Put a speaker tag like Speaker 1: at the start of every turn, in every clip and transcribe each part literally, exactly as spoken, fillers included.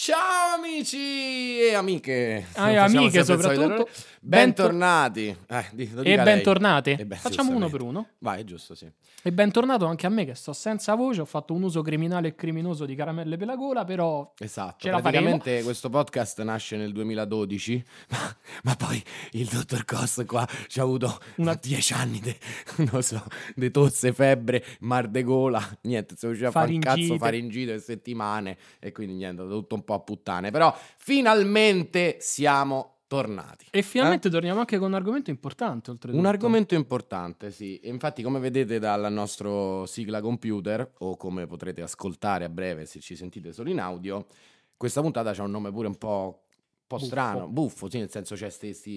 Speaker 1: Ciao amici e amiche,
Speaker 2: ah, e amiche soprattutto,
Speaker 1: bentornati eh, lo
Speaker 2: e bentornate.
Speaker 1: E ben,
Speaker 2: Facciamo uno per uno.
Speaker 1: Vai, è giusto, sì.
Speaker 2: E bentornato anche a me che sto senza voce, ho fatto un uso criminale e criminoso di caramelle per la gola, però
Speaker 1: esatto,
Speaker 2: ce la
Speaker 1: praticamente
Speaker 2: faremo.
Speaker 1: questo podcast nasce nel duemiladodici, ma, ma poi il dottor Cos qua ci ha avuto
Speaker 2: Una...
Speaker 1: dieci anni di non so, de tosse, febbre, mar de gola, niente, si riusciva a fare un cazzo faringite per settimane e quindi niente, tutto un po' a puttane, però finalmente siamo tornati.
Speaker 2: E finalmente
Speaker 1: eh?
Speaker 2: torniamo anche con un argomento importante, oltretutto.
Speaker 1: Un argomento importante, sì. E infatti, come vedete dal nostro sigla computer, o come potrete ascoltare a breve se ci sentite solo in audio, questa puntata c'ha un nome pure un po', un po'
Speaker 2: buffo.
Speaker 1: strano, buffo, sì, nel senso c'è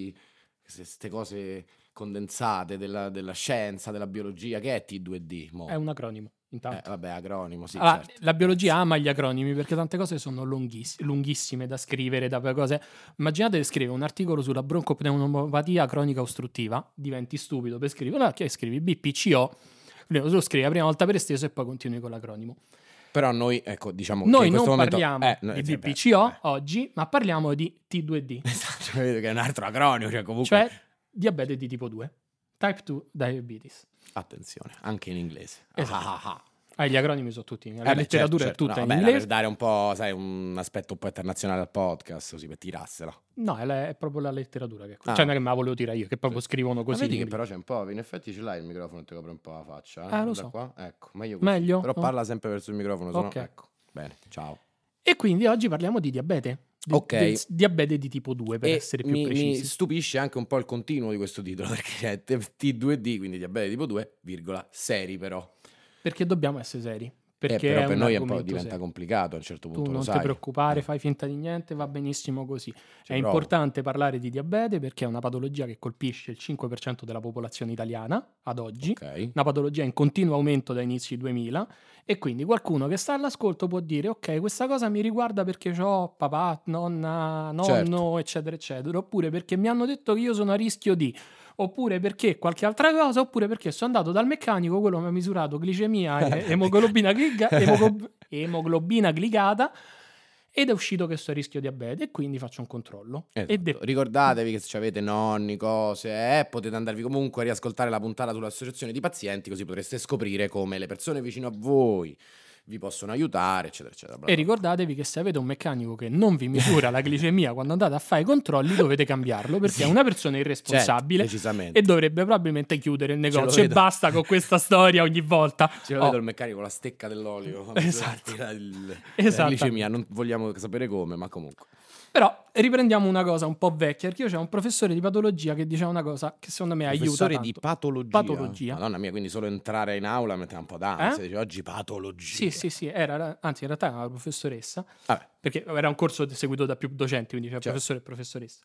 Speaker 1: queste cose condensate della, della scienza, della biologia, che è T due D? Mo?
Speaker 2: È un acronimo. Intanto.
Speaker 1: Eh, vabbè, acronimo, sì,
Speaker 2: allora,
Speaker 1: certo.
Speaker 2: La biologia ama gli acronimi perché tante cose sono lunghiss- lunghissime da scrivere, da cose. Immaginate di scrivere un articolo sulla broncopneumopatia cronica ostruttiva, diventi stupido per scrivere, allora che scrivi B P C O, lo scrivi la prima volta per esteso e poi continui con l'acronimo.
Speaker 1: Però noi, ecco, diciamo
Speaker 2: noi
Speaker 1: che in
Speaker 2: non
Speaker 1: questo momento,
Speaker 2: parliamo
Speaker 1: eh, noi,
Speaker 2: di B P C O
Speaker 1: eh.
Speaker 2: oggi, ma parliamo di T due D.
Speaker 1: Esatto, vedo che è un altro acronimo, cioè comunque...
Speaker 2: Cioè diabete di tipo due, type due diabetes.
Speaker 1: Attenzione, anche in inglese.
Speaker 2: Esatto.
Speaker 1: Ah, ah, ah.
Speaker 2: Ah, gli acronimi sono tutti, la
Speaker 1: eh
Speaker 2: letteratura
Speaker 1: certo, certo.
Speaker 2: è tutta
Speaker 1: no,
Speaker 2: in
Speaker 1: vabbè,
Speaker 2: inglese.
Speaker 1: Per dare un po', sai, un aspetto un po' internazionale al podcast, così per tirarsela.
Speaker 2: No, è, la, è proprio la letteratura che
Speaker 1: ah.
Speaker 2: cioè non è che me la volevo tirare io, che proprio sì. scrivono così.
Speaker 1: Ma vedi che però c'è un po', in effetti ce l'hai il microfono, ti copre un po' la faccia. Eh?
Speaker 2: Ah, lo
Speaker 1: da
Speaker 2: so.
Speaker 1: Qua? Ecco, meglio così.
Speaker 2: Meglio?
Speaker 1: Però
Speaker 2: no.
Speaker 1: parla sempre verso il microfono, sennò
Speaker 2: okay.
Speaker 1: ecco. Bene, ciao.
Speaker 2: E quindi oggi parliamo di diabete. Di,
Speaker 1: ok.
Speaker 2: Di, diabete di tipo due, per
Speaker 1: e
Speaker 2: essere più
Speaker 1: mi,
Speaker 2: precisi.
Speaker 1: Mi stupisce anche un po' il continuo di questo titolo, perché è T due D, quindi diabete tipo due, virgola, seri però.
Speaker 2: Perché dobbiamo essere seri. Perché
Speaker 1: eh, però per noi è un po'
Speaker 2: diventa
Speaker 1: serio. Complicato a un certo punto.
Speaker 2: Tu non
Speaker 1: lo
Speaker 2: ti
Speaker 1: sai.
Speaker 2: preoccupare,
Speaker 1: eh.
Speaker 2: fai finta di niente, va benissimo così.
Speaker 1: Ci
Speaker 2: è
Speaker 1: provo.
Speaker 2: importante parlare di diabete perché è una patologia che colpisce il cinque per cento della popolazione italiana ad oggi,
Speaker 1: okay.
Speaker 2: Una patologia in continuo aumento da inizi duemila e quindi qualcuno che sta all'ascolto può dire ok, questa cosa mi riguarda perché ho papà, nonna, nonno, certo. eccetera, eccetera, oppure perché mi hanno detto che io sono a rischio di... oppure perché qualche altra cosa, oppure perché sono andato dal meccanico, quello mi ha misurato glicemia e emoglobina, gliga, emoglob, emoglobina glicata ed è uscito che sto a rischio diabete e quindi faccio un controllo.
Speaker 1: Esatto.
Speaker 2: E de-
Speaker 1: Ricordatevi che se avete nonni, cose, eh, potete andarvi comunque a riascoltare la puntata sull'associazione di pazienti, così potreste scoprire come le persone vicino a voi vi possono aiutare, eccetera, eccetera. Bla bla.
Speaker 2: E ricordatevi che se avete un meccanico che non vi misura la glicemia quando andate a fare i controlli, dovete cambiarlo perché sì. è una persona irresponsabile,
Speaker 1: certo,
Speaker 2: e dovrebbe probabilmente chiudere il negozio. E basta con questa storia ogni volta.
Speaker 1: Ce lo oh. vedo il meccanico con la stecca dell'olio.
Speaker 2: Esatto.
Speaker 1: Il,
Speaker 2: esatto.
Speaker 1: La glicemia, non vogliamo sapere come, ma comunque.
Speaker 2: Però riprendiamo una cosa un po' vecchia, perché io c'è un professore di patologia che diceva una cosa che secondo me aiuta tanto.
Speaker 1: Professore di patologia?
Speaker 2: Patologia.
Speaker 1: Madonna mia, quindi solo entrare in aula mette un po' d'ansia,
Speaker 2: eh?
Speaker 1: dice oggi patologia.
Speaker 2: Sì, sì, sì, era, anzi in realtà era una professoressa,
Speaker 1: Vabbè.
Speaker 2: perché era un corso seguito da più docenti, quindi c'era certo. professore e professoressa.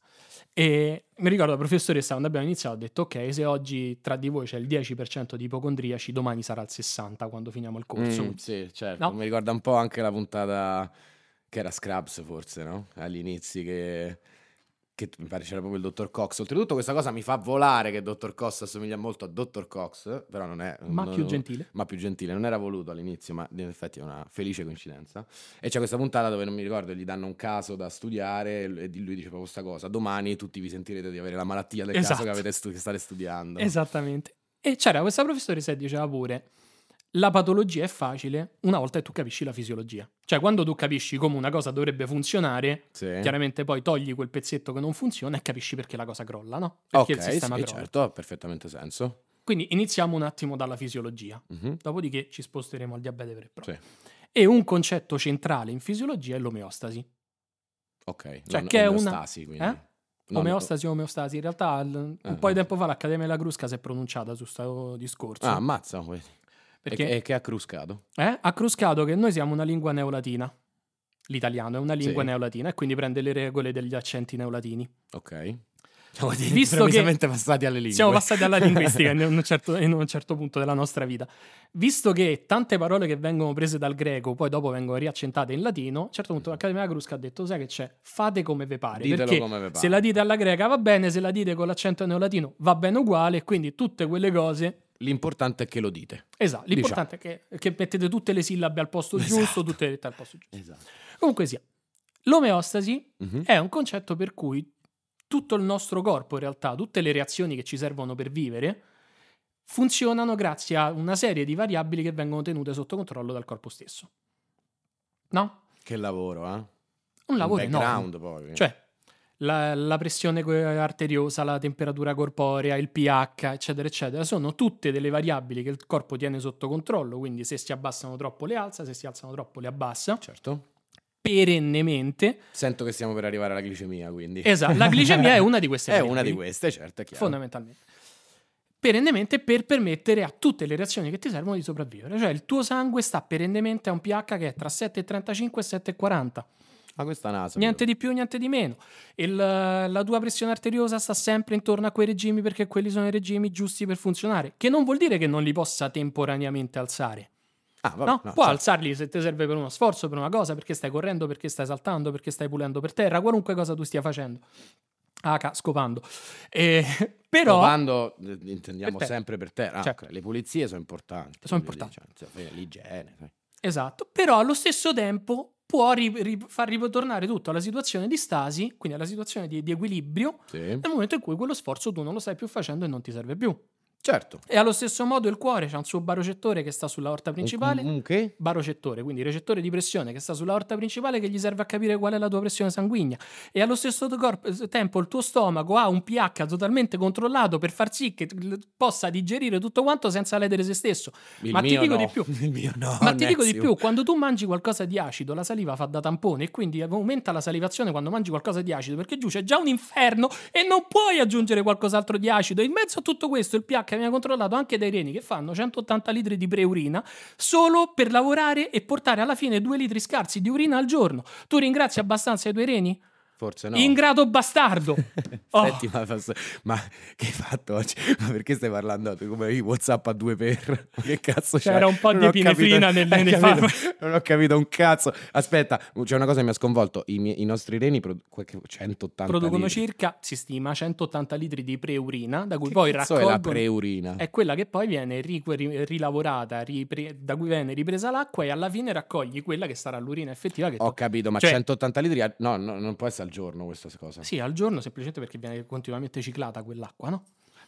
Speaker 2: E mi ricordo la professoressa quando abbiamo iniziato ha detto ok, se oggi tra di voi c'è il dieci per cento di ipocondriaci, domani sarà il sessanta per cento quando finiamo il corso.
Speaker 1: Mm, sì, certo,
Speaker 2: no?
Speaker 1: Mi ricorda un po' anche la puntata... che era Scrubs forse, no? Agli inizi che, che mi pare c'era proprio il dottor Cox. Oltretutto questa cosa mi fa volare che il dottor Cox assomiglia molto a dottor Cox, però non è...
Speaker 2: Ma
Speaker 1: non,
Speaker 2: più gentile.
Speaker 1: Ma più gentile, non era voluto all'inizio, ma in effetti è una felice coincidenza. E c'è questa puntata dove non mi ricordo, gli danno un caso da studiare e lui dice proprio questa cosa: domani tutti vi sentirete di avere la malattia del
Speaker 2: esatto.
Speaker 1: caso che, avete stu- che state studiando.
Speaker 2: Esattamente. E c'era questa professoressa che diceva pure: la patologia è facile una volta che tu capisci la fisiologia. Cioè, quando tu capisci come una cosa dovrebbe funzionare, sì. chiaramente poi togli quel pezzetto che non funziona e capisci perché la cosa crolla, no? Perché
Speaker 1: okay,
Speaker 2: il sistema
Speaker 1: sì,
Speaker 2: crolla.
Speaker 1: certo, ha perfettamente senso.
Speaker 2: Quindi iniziamo un attimo dalla fisiologia,
Speaker 1: uh-huh.
Speaker 2: dopodiché ci sposteremo al diabete vero e proprio.
Speaker 1: Sì.
Speaker 2: E un concetto centrale in fisiologia è l'omeostasi.
Speaker 1: Ok,
Speaker 2: cioè
Speaker 1: non
Speaker 2: che è
Speaker 1: omeostasi,
Speaker 2: una...
Speaker 1: quindi.
Speaker 2: Eh? Non... Omeostasi, omeostasi. In realtà un uh-huh. po' di tempo fa l'Accademia della Crusca si è pronunciata su questo discorso.
Speaker 1: Ah, ammazza,
Speaker 2: perché
Speaker 1: e che ha cruscato?
Speaker 2: Eh? Ha cruscato che noi siamo una lingua neolatina. L'italiano è una lingua sì. neolatina e quindi prende le regole degli accenti neolatini.
Speaker 1: Ok.
Speaker 2: Siamo Visto che
Speaker 1: passati alle lingue.
Speaker 2: Siamo passati alla linguistica in, un certo, in un certo punto della nostra vita. Visto che tante parole che vengono prese dal greco poi dopo vengono riaccentate in latino, a un certo punto l'Accademia della Crusca ha detto: sai che c'è? Fate come ve pare.
Speaker 1: Ditelo
Speaker 2: perché
Speaker 1: come ve pare.
Speaker 2: Se la dite alla greca va bene, se la dite con l'accento neolatino va bene uguale, quindi tutte quelle cose...
Speaker 1: L'importante è che lo dite.
Speaker 2: Esatto, l'importante diciamo. è che, che mettete tutte le sillabe al posto esatto. giusto, tutte le lettere al posto giusto.
Speaker 1: Esatto.
Speaker 2: Comunque sia, L'omeostasi mm-hmm. è un concetto per cui tutto il nostro corpo, in realtà, tutte le reazioni che ci servono per vivere, funzionano grazie a una serie di variabili che vengono tenute sotto controllo dal corpo stesso. No?
Speaker 1: Che lavoro, eh?
Speaker 2: Un lavoro
Speaker 1: un background
Speaker 2: enorme.
Speaker 1: poi.
Speaker 2: Cioè, la, la pressione arteriosa, la temperatura corporea, il pH, eccetera, eccetera, sono tutte delle variabili che il corpo tiene sotto controllo, quindi se si abbassano troppo le alza, se si alzano troppo le abbassa.
Speaker 1: Certo.
Speaker 2: Perennemente.
Speaker 1: Sento che stiamo per arrivare alla glicemia, quindi.
Speaker 2: Esatto, la glicemia è una di queste
Speaker 1: È
Speaker 2: variabili.
Speaker 1: una di queste, certo, è chiaro.
Speaker 2: Fondamentalmente. Perennemente per permettere a tutte le reazioni che ti servono di sopravvivere. Cioè il tuo sangue sta perennemente a un pH che è tra sette virgola trentacinque e sette virgola quaranta.
Speaker 1: Ma questa NASA.
Speaker 2: Niente di più, niente di meno. Il, la tua pressione arteriosa sta sempre intorno a quei regimi perché quelli sono i regimi giusti per funzionare. Che non vuol dire che non li possa temporaneamente alzare.
Speaker 1: Ah, vabbè,
Speaker 2: no?
Speaker 1: no,
Speaker 2: Può
Speaker 1: certo.
Speaker 2: alzarli se ti serve per uno sforzo, per una cosa, perché stai correndo, perché stai saltando, perché stai pulendo per terra, qualunque cosa tu stia facendo. Ah, scopando. Eh, però...
Speaker 1: Scopando intendiamo
Speaker 2: per
Speaker 1: sempre per terra. Ah,
Speaker 2: certo.
Speaker 1: okay. Le pulizie sono importanti.
Speaker 2: Sono importanti.
Speaker 1: Cioè, l'igiene. Sai.
Speaker 2: Esatto. Però allo stesso tempo può ri- ri- far ritornare tutto alla situazione di stasi, quindi alla situazione di, di equilibrio,
Speaker 1: sì.
Speaker 2: nel momento in cui quello sforzo tu non lo stai più facendo e non ti serve più.
Speaker 1: Certo.
Speaker 2: E allo stesso modo il cuore c'ha un suo barocettore che sta sulla aorta principale.
Speaker 1: Un, un che?
Speaker 2: Barocettore, quindi recettore di pressione che sta sulla aorta principale che gli serve a capire qual è la tua pressione sanguigna. E allo stesso corpo, tempo il tuo stomaco ha un pH totalmente controllato per far sì che possa digerire tutto quanto senza ledere se stesso.
Speaker 1: Il
Speaker 2: Ma
Speaker 1: mio
Speaker 2: ti dico
Speaker 1: no.
Speaker 2: di più.
Speaker 1: Il mio no.
Speaker 2: Ma ti dico di più, quando tu mangi qualcosa di acido, la saliva fa da tampone e quindi aumenta la salivazione quando mangi qualcosa di acido, perché giù c'è già un inferno e non puoi aggiungere qualcos'altro di acido. E in mezzo a tutto questo il pH viene controllato anche dai reni che fanno centottanta litri di preurina solo per lavorare e portare alla fine due litri scarsi di urina al giorno. Tu ringrazi abbastanza i tuoi reni?
Speaker 1: Forse no.
Speaker 2: Ingrato bastardo. Oh.
Speaker 1: Senti, ma, ma che hai fatto oggi? Ma perché stai parlando come i WhatsApp a due per? Ma che cazzo c'è?
Speaker 2: C'era un po' di epinefrina nel
Speaker 1: nei
Speaker 2: farmaco.
Speaker 1: Non ho capito un cazzo. Aspetta, c'è una cosa che mi ha sconvolto. I, miei, i nostri reni produ- centottanta
Speaker 2: producono
Speaker 1: litri.
Speaker 2: circa, si stima, centottanta litri di preurina, da cui
Speaker 1: che
Speaker 2: poi
Speaker 1: cazzo
Speaker 2: raccolgono...
Speaker 1: è la preurina?
Speaker 2: È quella che poi viene ri- ri- rilavorata, ripre- da cui viene ripresa l'acqua e alla fine raccogli quella che sarà l'urina effettiva che
Speaker 1: Ho
Speaker 2: tu...
Speaker 1: capito, ma
Speaker 2: cioè...
Speaker 1: centottanta litri... A... No, no, non può essere al giorno questa cosa.
Speaker 2: Sì, al giorno semplicemente perché viene continuamente ciclata quell'acqua, no?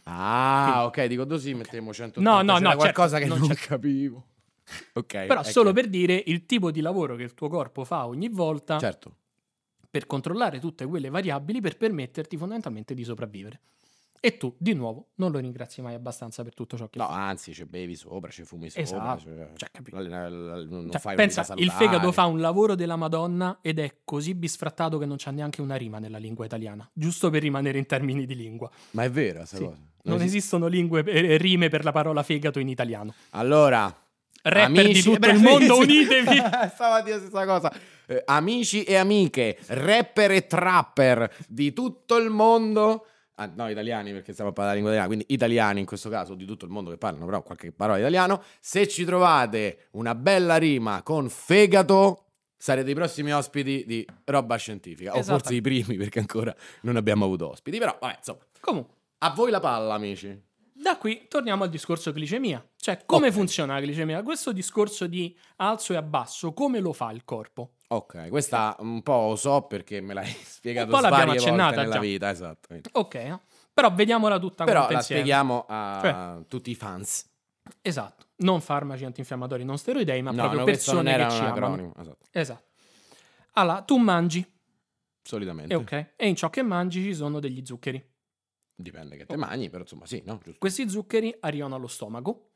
Speaker 1: Ah,
Speaker 2: Quindi...
Speaker 1: ok, dico così mettiamo centottanta.
Speaker 2: No, no,
Speaker 1: C'era
Speaker 2: no,
Speaker 1: qualcosa
Speaker 2: certo,
Speaker 1: che
Speaker 2: non
Speaker 1: non
Speaker 2: c'è...
Speaker 1: capivo. Ok.
Speaker 2: Però solo
Speaker 1: chiaro.
Speaker 2: per dire il tipo di lavoro che il tuo corpo fa ogni volta
Speaker 1: certo.
Speaker 2: per controllare tutte quelle variabili per permetterti fondamentalmente di sopravvivere. E tu, di nuovo, non lo ringrazi mai abbastanza per tutto ciò che
Speaker 1: no,
Speaker 2: fa.
Speaker 1: No, anzi, ci bevi sopra, ci fumi sopra.
Speaker 2: Esatto.
Speaker 1: Cioè,
Speaker 2: cioè, capito.
Speaker 1: Non
Speaker 2: cioè,
Speaker 1: fai
Speaker 2: pensa, il fegato fa un lavoro della Madonna ed è così bisfrattato che non c'ha neanche una rima nella lingua italiana, giusto per rimanere in termini di lingua.
Speaker 1: Ma è vera questa
Speaker 2: sì.
Speaker 1: cosa? Non,
Speaker 2: non
Speaker 1: esiste...
Speaker 2: esistono lingue, eh, rime per la parola fegato in italiano.
Speaker 1: Allora...
Speaker 2: Rapper
Speaker 1: amici,
Speaker 2: di tutto
Speaker 1: beh,
Speaker 2: il mondo, unitevi!
Speaker 1: Stavo a dire la stessa cosa. Eh, amici e amiche, rapper e trapper di tutto il mondo... Ah, no, italiani, perché stiamo a parlare la lingua italiana, quindi italiani in questo caso, di tutto il mondo che parlano però qualche parola italiano. Se ci trovate una bella rima con fegato, sarete i prossimi ospiti di Roba Scientifica, o forse i primi, perché ancora non abbiamo avuto ospiti, però vabbè, insomma.
Speaker 2: Comunque,
Speaker 1: a voi la palla, amici.
Speaker 2: Da qui torniamo al discorso glicemia, cioè come
Speaker 1: okay.
Speaker 2: funziona la glicemia? Questo discorso di alzo e abbasso, come lo fa il corpo?
Speaker 1: Ok, questa un po' lo so perché me l'hai spiegato
Speaker 2: un po' l'abbiamo
Speaker 1: varie
Speaker 2: accennata
Speaker 1: volte nella
Speaker 2: già.
Speaker 1: vita, esatto.
Speaker 2: Ok, però vediamola tutta
Speaker 1: però
Speaker 2: quanta
Speaker 1: la
Speaker 2: insieme.
Speaker 1: Spieghiamo a
Speaker 2: cioè,
Speaker 1: tutti i fans.
Speaker 2: Esatto, non farmaci antinfiammatori, non steroidei, ma
Speaker 1: no,
Speaker 2: proprio
Speaker 1: no,
Speaker 2: persone
Speaker 1: non
Speaker 2: che ci
Speaker 1: amano.
Speaker 2: amano.
Speaker 1: Esatto.
Speaker 2: esatto. Allora, tu mangi.
Speaker 1: Solitamente.
Speaker 2: E, okay. e in ciò che mangi ci sono degli zuccheri.
Speaker 1: Dipende che te mangi, però insomma sì, no? Giusto.
Speaker 2: Questi zuccheri arrivano allo stomaco.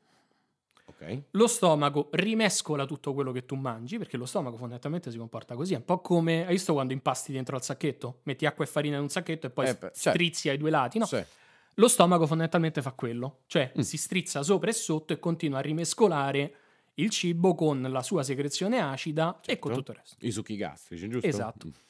Speaker 1: Ok.
Speaker 2: Lo stomaco rimescola tutto quello che tu mangi, perché lo stomaco fondamentalmente si comporta così. È un po' come, hai visto quando impasti dentro al sacchetto? Metti acqua e farina in un sacchetto e poi
Speaker 1: eh, per,
Speaker 2: strizzi
Speaker 1: certo.
Speaker 2: ai due lati, no?
Speaker 1: Sì.
Speaker 2: Lo stomaco fondamentalmente fa quello. Cioè,
Speaker 1: mm.
Speaker 2: si strizza sopra e sotto e continua a rimescolare il cibo con la sua secrezione acida certo. e con tutto il resto.
Speaker 1: I succhi gastrici, giusto?
Speaker 2: Esatto. Mm.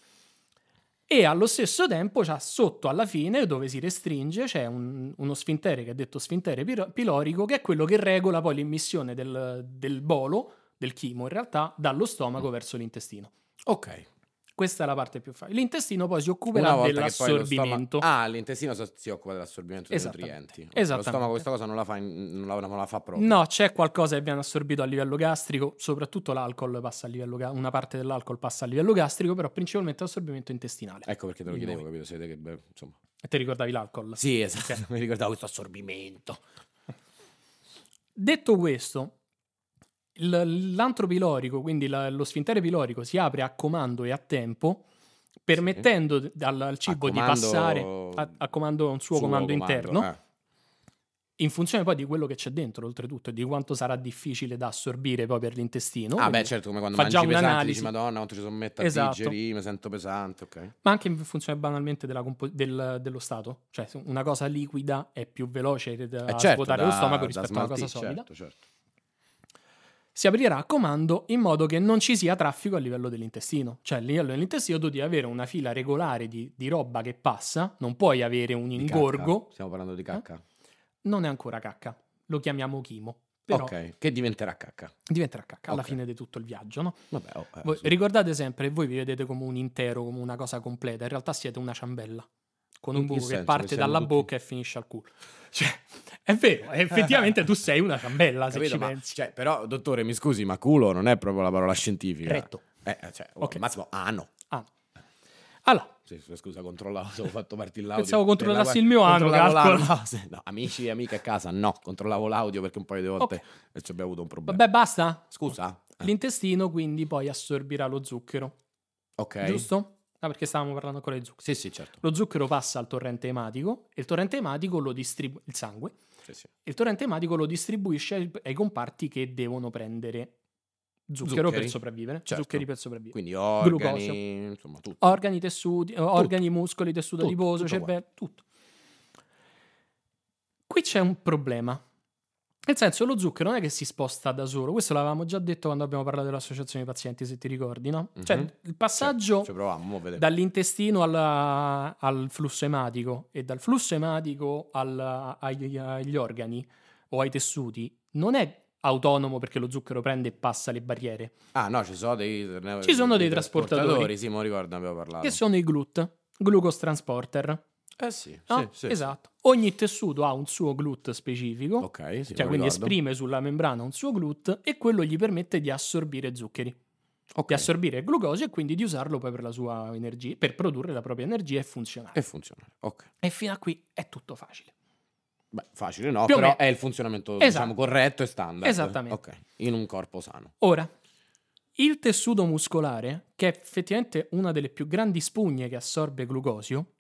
Speaker 2: E allo stesso tempo c'ha sotto alla fine, dove si restringe, c'è un, uno sfintere che è detto sfintere pilorico, che è quello che regola poi l'immissione del, del bolo, del chimo in realtà, dallo stomaco mm. verso l'intestino.
Speaker 1: Ok.
Speaker 2: Questa è la parte più facile. L'intestino poi si occuperà dell'assorbimento.
Speaker 1: Stomaco... Ah, l'intestino si occupa dell'assorbimento dei nutrienti.
Speaker 2: Esattamente.
Speaker 1: Lo stomaco questa cosa non la fa, in... non, la, non la fa proprio.
Speaker 2: No, c'è qualcosa che viene assorbito a livello gastrico, soprattutto l'alcol passa a livello ga... una parte dell'alcol passa a livello gastrico, però principalmente l'assorbimento intestinale.
Speaker 1: Ecco perché te lo chiedevo, capito? Siete che beh, insomma.
Speaker 2: E ti ricordavi l'alcol?
Speaker 1: Sì, esatto. Okay. Mi ricordavo questo assorbimento.
Speaker 2: Detto questo, l'antro pilorico, quindi la, lo sfintere pilorico, si apre a comando e a tempo, permettendo sì. al, al cibo comando... di passare a, a comando un suo, suo comando, comando interno, eh. in funzione poi di quello che c'è dentro, oltretutto, e di quanto sarà difficile da assorbire poi per l'intestino.
Speaker 1: Ah, beh, certo, come quando mangi pesante dici, Madonna, quanto ci sono mette a esatto. digerire, mi sento pesante, ok.
Speaker 2: Ma anche in funzione banalmente della compo- del, dello stato. Cioè, una cosa liquida è più veloce da eh certo, svuotare da, lo stomaco rispetto a una cosa solida.
Speaker 1: Certo, certo.
Speaker 2: Si aprirà a comando in modo che non ci sia traffico a livello dell'intestino. Cioè, a livello dell'intestino tu devi avere una fila regolare di, di roba che passa, non puoi avere un ingorgo.
Speaker 1: Stiamo parlando di cacca?
Speaker 2: Eh? Non è ancora cacca, lo chiamiamo chimo. Però
Speaker 1: ok, che diventerà cacca.
Speaker 2: Diventerà cacca alla okay. fine di tutto il viaggio, no?
Speaker 1: Vabbè, oh, eh,
Speaker 2: voi,
Speaker 1: sì.
Speaker 2: Ricordate sempre, voi vi vedete come un intero, come una cosa completa. In realtà siete una ciambella, con un buco che parte dalla tutti... bocca e finisce al culo. Cioè, è vero, effettivamente tu sei una ciambella, se
Speaker 1: Capito,
Speaker 2: ci
Speaker 1: ma,
Speaker 2: pensi.
Speaker 1: Cioè, però, dottore, mi scusi, ma culo non è proprio la parola scientifica.
Speaker 2: Retto.
Speaker 1: Eh, cioè,
Speaker 2: okay.
Speaker 1: Al massimo ano.
Speaker 2: Ah. Allora.
Speaker 1: Sì, scusa, controllavo, avevo fatto partire l'audio.
Speaker 2: Pensavo controllassi il mio ano,
Speaker 1: no, no, amici e amiche a casa, no, controllavo l'audio perché un paio di volte okay. ci abbiamo avuto un problema.
Speaker 2: Vabbè, basta?
Speaker 1: Scusa.
Speaker 2: L'intestino quindi poi assorbirà lo zucchero.
Speaker 1: Ok.
Speaker 2: Giusto? Ah, perché stavamo parlando ancora di zucchero.
Speaker 1: Sì, sì, certo.
Speaker 2: Lo zucchero passa al torrente ematico e il torrente ematico lo distribuisce, il sangue,
Speaker 1: sì, sì.
Speaker 2: il torrente ematico lo distribuisce ai comparti che devono prendere zucchero Zuccheri. per sopravvivere.
Speaker 1: Certo.
Speaker 2: Zuccheri per sopravvivere.
Speaker 1: Quindi organi, Glucosio. Insomma, tutto.
Speaker 2: Organi, tessuti, tutto. organi, muscoli, tessuto
Speaker 1: tutto,
Speaker 2: adiposo,
Speaker 1: tutto
Speaker 2: cervello, tutto. Qui c'è un problema. Nel senso, lo zucchero non è che si sposta da solo. Questo l'avevamo già detto quando abbiamo parlato dell'associazione dei pazienti, se ti ricordi, no? Mm-hmm. Cioè, il passaggio
Speaker 1: cioè, proviamo,
Speaker 2: dall'intestino alla, al flusso ematico e dal flusso ematico al, agli, agli organi o ai tessuti non è autonomo perché lo zucchero prende e passa le barriere.
Speaker 1: Ah, no, ci sono dei,
Speaker 2: ci sono dei, dei trasportatori, trasportatori.
Speaker 1: Sì, mi ricordo, abbiamo parlato.
Speaker 2: Che sono i G L U T, glucose transporter.
Speaker 1: Eh sì,
Speaker 2: no?
Speaker 1: sì, sì
Speaker 2: esatto. Sì. Ogni tessuto ha un suo G L U T specifico,
Speaker 1: okay, sì,
Speaker 2: cioè quindi ricordo. esprime sulla membrana un suo G L U T e quello gli permette di assorbire zuccheri, okay. di assorbire il glucosio e quindi di usarlo poi per la sua energia, per produrre la propria energia e funzionare.
Speaker 1: E funzionare, ok.
Speaker 2: E fino a qui è tutto facile.
Speaker 1: Beh, facile no, Più però è il funzionamento esatto. diciamo corretto e standard.
Speaker 2: Esattamente.
Speaker 1: Ok, in un corpo sano.
Speaker 2: Ora, il tessuto muscolare, che è effettivamente una delle più grandi spugne che assorbe glucosio,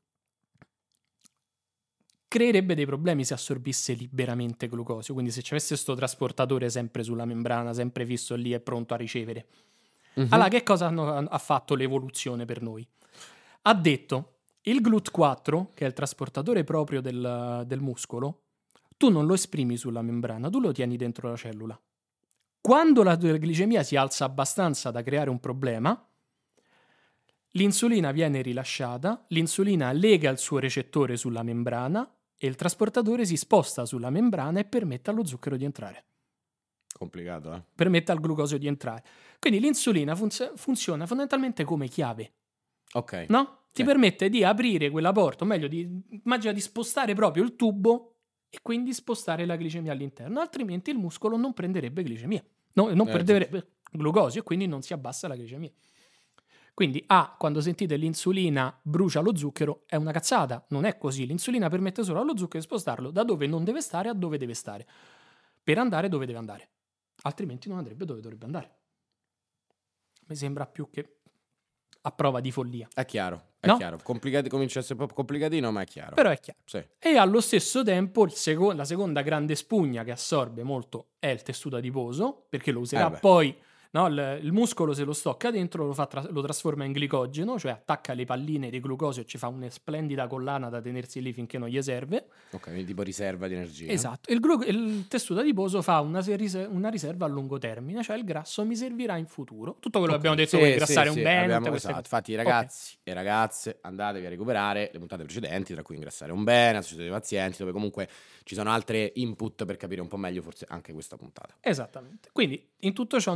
Speaker 2: creerebbe dei problemi se assorbisse liberamente glucosio, quindi se ci avesse questo trasportatore sempre sulla membrana, sempre fisso lì e pronto a ricevere. Uh-huh. Allora, che cosa hanno, ha fatto l'evoluzione per noi? Ha detto, il G L U T quattro, che è il trasportatore proprio del, del muscolo, tu non lo esprimi sulla membrana, tu lo tieni dentro la cellula. Quando la glicemia si alza abbastanza da creare un problema, l'insulina viene rilasciata, l'insulina lega il suo recettore sulla membrana e il trasportatore si sposta sulla membrana e permette allo zucchero di entrare.
Speaker 1: Complicato, eh?
Speaker 2: Permette al glucosio di entrare. Quindi l'insulina funz- funziona fondamentalmente come chiave.
Speaker 1: Ok.
Speaker 2: No? Ti
Speaker 1: sì.
Speaker 2: permette di aprire quella porta, o meglio, di, immagina di spostare proprio il tubo e quindi spostare la glicemia all'interno, altrimenti il muscolo non prenderebbe glicemia, no, non eh, prenderebbe sì. glucosio e quindi non si abbassa la glicemia. Quindi A, quando sentite l'insulina brucia lo zucchero, è una cazzata, non è così. L'insulina permette solo allo zucchero di spostarlo da dove non deve stare a dove deve stare, per andare dove deve andare, altrimenti non andrebbe dove dovrebbe andare. Mi sembra più che a prova di follia.
Speaker 1: È chiaro, è
Speaker 2: no?
Speaker 1: chiaro. Complicati, comincia a essere proprio complicatino, ma è chiaro.
Speaker 2: Però è chiaro.
Speaker 1: Sì.
Speaker 2: E allo stesso tempo il seco- la seconda grande spugna che assorbe molto è il tessuto adiposo, perché lo userà eh poi... No, il, il muscolo se lo stocca dentro lo, fa tra- lo trasforma in glicogeno, cioè attacca le palline di glucosio e ci fa una splendida collana da tenersi lì finché non gli serve.
Speaker 1: Ok, quindi tipo riserva di energia.
Speaker 2: Esatto. Il, glu- il tessuto adiposo fa una, ser- una riserva a lungo termine, cioè il grasso mi servirà in futuro. Tutto quello okay. che abbiamo detto, sì, per ingrassare sì, un
Speaker 1: sì,
Speaker 2: bene.
Speaker 1: Abbiamo, esatto. Infatti ragazzi okay. e ragazze, andatevi a recuperare le puntate precedenti, tra cui ingrassare un bene, la società dei pazienti, dove comunque ci sono altre input per capire un po' meglio forse anche questa puntata.
Speaker 2: Esattamente. Quindi in tutto ciò noi abbiamo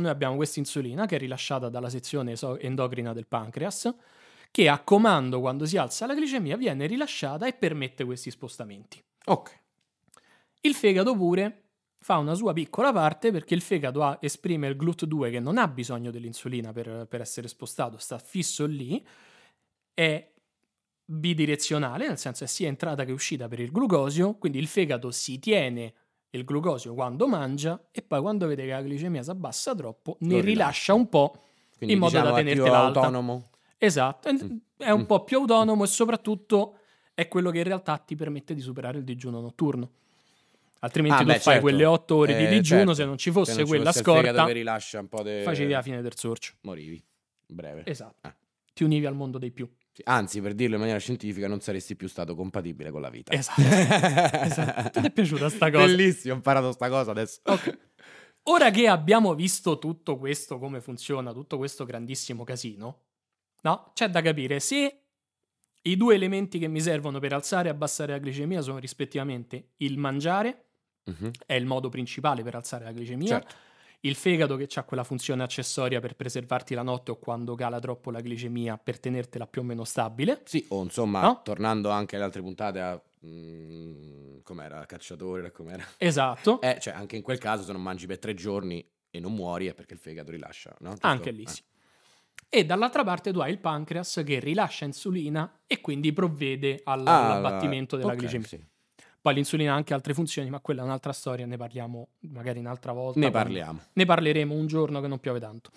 Speaker 2: questa insulina che è rilasciata dalla sezione endocrina del pancreas, che a comando, quando si alza la glicemia, viene rilasciata e permette questi spostamenti.
Speaker 1: Ok.
Speaker 2: Il fegato pure fa una sua piccola parte, perché il fegato ha, esprime il G L U T due che non ha bisogno dell'insulina per, per essere spostato, sta fisso lì, è bidirezionale, nel senso è sia entrata che uscita per il glucosio, quindi il fegato si tiene il glucosio quando mangia e poi quando vede che la glicemia si abbassa troppo ne rilascia. rilascia un po', quindi, in modo diciamo, da tenertela alta. Autonomo. Esatto, mm. è un mm. po' più autonomo e soprattutto è quello che in realtà ti permette di superare il digiuno notturno. Altrimenti ah, tu beh, fai certo. quelle otto ore eh, di digiuno, certo. se non ci fosse se non ci quella fosse scorta,
Speaker 1: che rilascia un po' de...
Speaker 2: facevi la fine del sorcio.
Speaker 1: Morivi, breve.
Speaker 2: Esatto, ah. ti univi al mondo dei più.
Speaker 1: Anzi, per dirlo in maniera scientifica, non saresti più stato compatibile con la vita.
Speaker 2: Esatto. esatto. Ti è piaciuta sta cosa?
Speaker 1: Bellissimo, ho imparato sta cosa adesso.
Speaker 2: Ok. Ora che abbiamo visto tutto questo, come funziona, tutto questo grandissimo casino, no? C'è da capire se i due elementi che mi servono per alzare e abbassare la glicemia sono rispettivamente il mangiare, uh-huh. è il modo principale per alzare la glicemia, certo. il fegato che ha quella funzione accessoria per preservarti la notte o quando cala troppo la glicemia per tenertela più o meno stabile.
Speaker 1: Sì, o insomma, no? tornando anche alle altre puntate a mh, com'era, cacciatore, com'era.
Speaker 2: Esatto.
Speaker 1: Eh, cioè anche in quel caso se non mangi per tre giorni e non muori è perché il fegato rilascia, no? Giusto?
Speaker 2: Anche lì, eh. sì. E dall'altra parte tu hai il pancreas che rilascia insulina e quindi provvede all- ah, all'abbattimento della okay, glicemia. Sì. Poi l'insulina ha anche altre funzioni, ma quella è un'altra storia, ne parliamo magari un'altra volta.
Speaker 1: Ne parliamo.
Speaker 2: Ne parleremo un giorno che non piove tanto.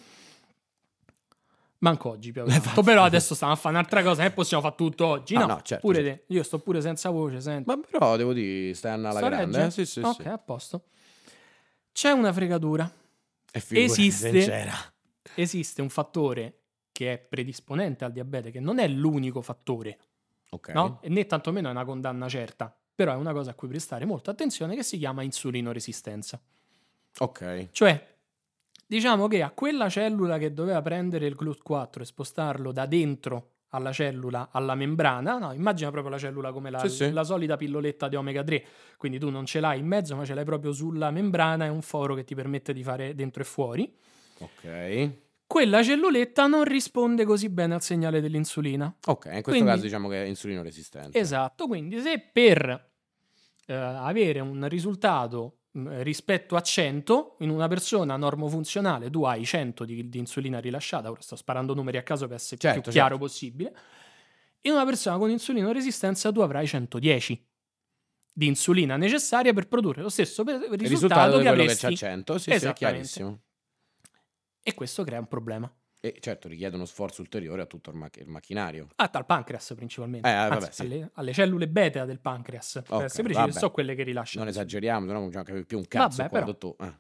Speaker 2: Manco oggi piove tanto, però adesso stiamo a fare un'altra cosa, e possiamo fare tutto oggi, no?
Speaker 1: Ah, no certo,
Speaker 2: pure
Speaker 1: certo.
Speaker 2: Te, io sto pure senza voce, senti.
Speaker 1: Ma però devo dire, stai alla Sto grande, eh? Sì, sì,
Speaker 2: ok,
Speaker 1: sì.
Speaker 2: a posto. C'è una fregatura.
Speaker 1: E esiste,
Speaker 2: esiste un fattore che è predisponente al diabete, che non è l'unico fattore,
Speaker 1: ok,
Speaker 2: no? E né tantomeno è una condanna certa, però è una cosa a cui prestare molta attenzione, che si chiama insulinoresistenza.
Speaker 1: Ok.
Speaker 2: Cioè, diciamo che a quella cellula che doveva prendere il G L U T quattro e spostarlo da dentro alla cellula, alla membrana, no, immagina proprio la cellula come la,
Speaker 1: sì, sì.
Speaker 2: la solita pilloletta di omega tre, quindi tu non ce l'hai in mezzo, ma ce l'hai proprio sulla membrana, è un foro che ti permette di fare dentro e fuori.
Speaker 1: Ok.
Speaker 2: Quella celluletta non risponde così bene al segnale dell'insulina.
Speaker 1: Ok, in questo quindi, caso diciamo che è insulino resistente.
Speaker 2: Esatto, quindi se per eh, avere un risultato mh, rispetto a cento, in una persona normofunzionale tu hai cento di, di insulina rilasciata, ora sto sparando numeri a caso per essere certo, più chiaro certo. possibile, in una persona con insulino resistenza tu avrai centodieci di insulina necessaria per produrre lo stesso per, risultato, il risultato che avresti.
Speaker 1: Che c'ha cento, sì, sì, è chiarissimo.
Speaker 2: E questo crea un problema.
Speaker 1: E certo richiede uno sforzo ulteriore a tutto il, ma- il macchinario.
Speaker 2: Ah, dal pancreas principalmente.
Speaker 1: Eh, vabbè,
Speaker 2: Anzi,
Speaker 1: sì.
Speaker 2: alle, alle cellule beta del pancreas. Okay, per essere precisi, sono quelle che rilasciano.
Speaker 1: Non esageriamo, se no non c'è più un cazzo
Speaker 2: vabbè,
Speaker 1: quando
Speaker 2: però,
Speaker 1: tu... Eh.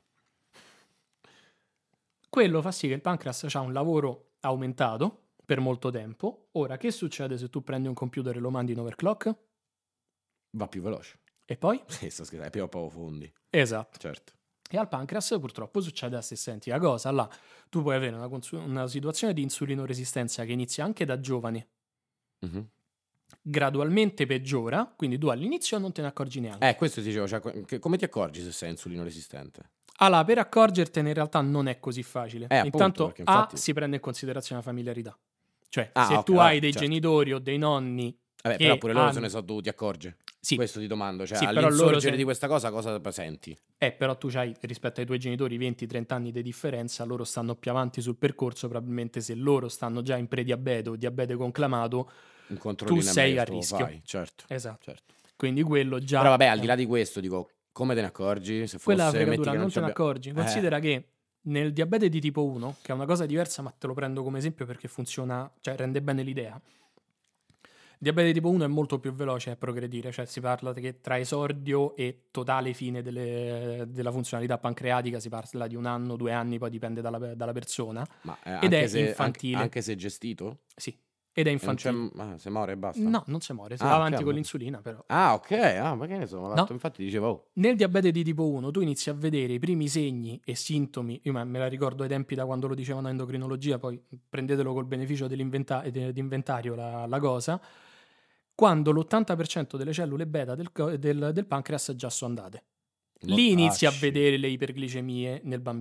Speaker 2: Quello fa sì che il pancreas ha un lavoro aumentato per molto tempo. Ora, che succede se tu prendi un computer e lo mandi in overclock?
Speaker 1: Va più veloce.
Speaker 2: E poi?
Speaker 1: Sì, sto scherzando, è più a poco fondi.
Speaker 2: Esatto.
Speaker 1: Certo.
Speaker 2: E al pancreas purtroppo succede la stessa identica cosa. Là tu puoi avere una, cons- una situazione di insulinoresistenza che inizia anche da giovane,
Speaker 1: mm-hmm.
Speaker 2: gradualmente peggiora, quindi tu all'inizio non te ne accorgi neanche.
Speaker 1: Eh, questo ti dicevo, cioè, come ti accorgi se sei insulinoresistente?
Speaker 2: Allora, per accorgertene in realtà non è così facile.
Speaker 1: Eh,
Speaker 2: Intanto,
Speaker 1: appunto, infatti...
Speaker 2: A, si prende in considerazione la familiarità. Cioè,
Speaker 1: ah,
Speaker 2: se
Speaker 1: okay,
Speaker 2: tu
Speaker 1: vabbè,
Speaker 2: hai dei
Speaker 1: certo.
Speaker 2: genitori o dei nonni...
Speaker 1: Vabbè,
Speaker 2: che
Speaker 1: però pure loro
Speaker 2: hanno...
Speaker 1: se ne sono dovuti accorgere.
Speaker 2: Sì.
Speaker 1: Questo ti domando, cioè
Speaker 2: sì,
Speaker 1: all'insorgere
Speaker 2: se...
Speaker 1: di questa cosa cosa senti?
Speaker 2: Eh, però tu hai rispetto ai tuoi genitori venti trenta anni di differenza, loro stanno più avanti sul percorso, probabilmente se loro stanno già in prediabete o diabete conclamato, tu sei a rischio.
Speaker 1: Fai, certo.
Speaker 2: Esatto.
Speaker 1: Certo.
Speaker 2: Quindi quello già...
Speaker 1: Però vabbè, al di là di questo, dico, come te ne accorgi? Se fosse,
Speaker 2: quella fregatura non,
Speaker 1: non
Speaker 2: te ne accorgi. Considera eh. che nel diabete di tipo uno, che è una cosa diversa, ma te lo prendo come esempio perché funziona, cioè rende bene l'idea. Il diabete tipo uno è molto più veloce a progredire, cioè si parla che tra esordio e totale fine delle, della funzionalità pancreatica si parla di un anno, due anni, poi dipende dalla, dalla persona.
Speaker 1: Ma eh,
Speaker 2: ed è
Speaker 1: se,
Speaker 2: infantile.
Speaker 1: Anche, anche se gestito?
Speaker 2: Sì. Ed è infantile.
Speaker 1: Non c'è, ah, se muore e basta?
Speaker 2: No, non si muore, si
Speaker 1: ah,
Speaker 2: va avanti
Speaker 1: okay,
Speaker 2: con
Speaker 1: ma...
Speaker 2: l'insulina però.
Speaker 1: Ah, ok, ah, ma che ne so,
Speaker 2: no?
Speaker 1: Infatti dicevo... Oh.
Speaker 2: Nel diabete di tipo uno tu inizi a vedere i primi segni e sintomi, io me la ricordo ai tempi da quando lo dicevano a endocrinologia, poi prendetelo col beneficio dell'inventario la, la cosa, quando l'ottanta per cento delle cellule beta del, del, del pancreas già sono andate. Lì inizi a vedere le iperglicemie nel bambino.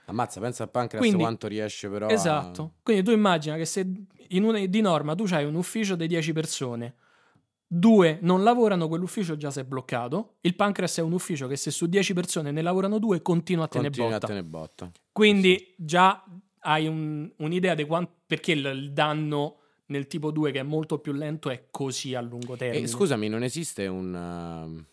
Speaker 1: Ammazza, pensa al pancreas quindi, quanto riesce però
Speaker 2: esatto. A... Quindi tu immagina che se in una, di norma tu hai un ufficio di dieci persone, due non lavorano, quell'ufficio già si è bloccato. Il pancreas è un ufficio che se su dieci persone ne lavorano due continua a tenere botta.
Speaker 1: a tenere botta.
Speaker 2: Quindi
Speaker 1: sì, sì.
Speaker 2: già hai un, un'idea di quanto, perché il, il danno nel tipo due, che è molto più lento, è così a lungo termine.
Speaker 1: E scusami, non esiste un... Uh...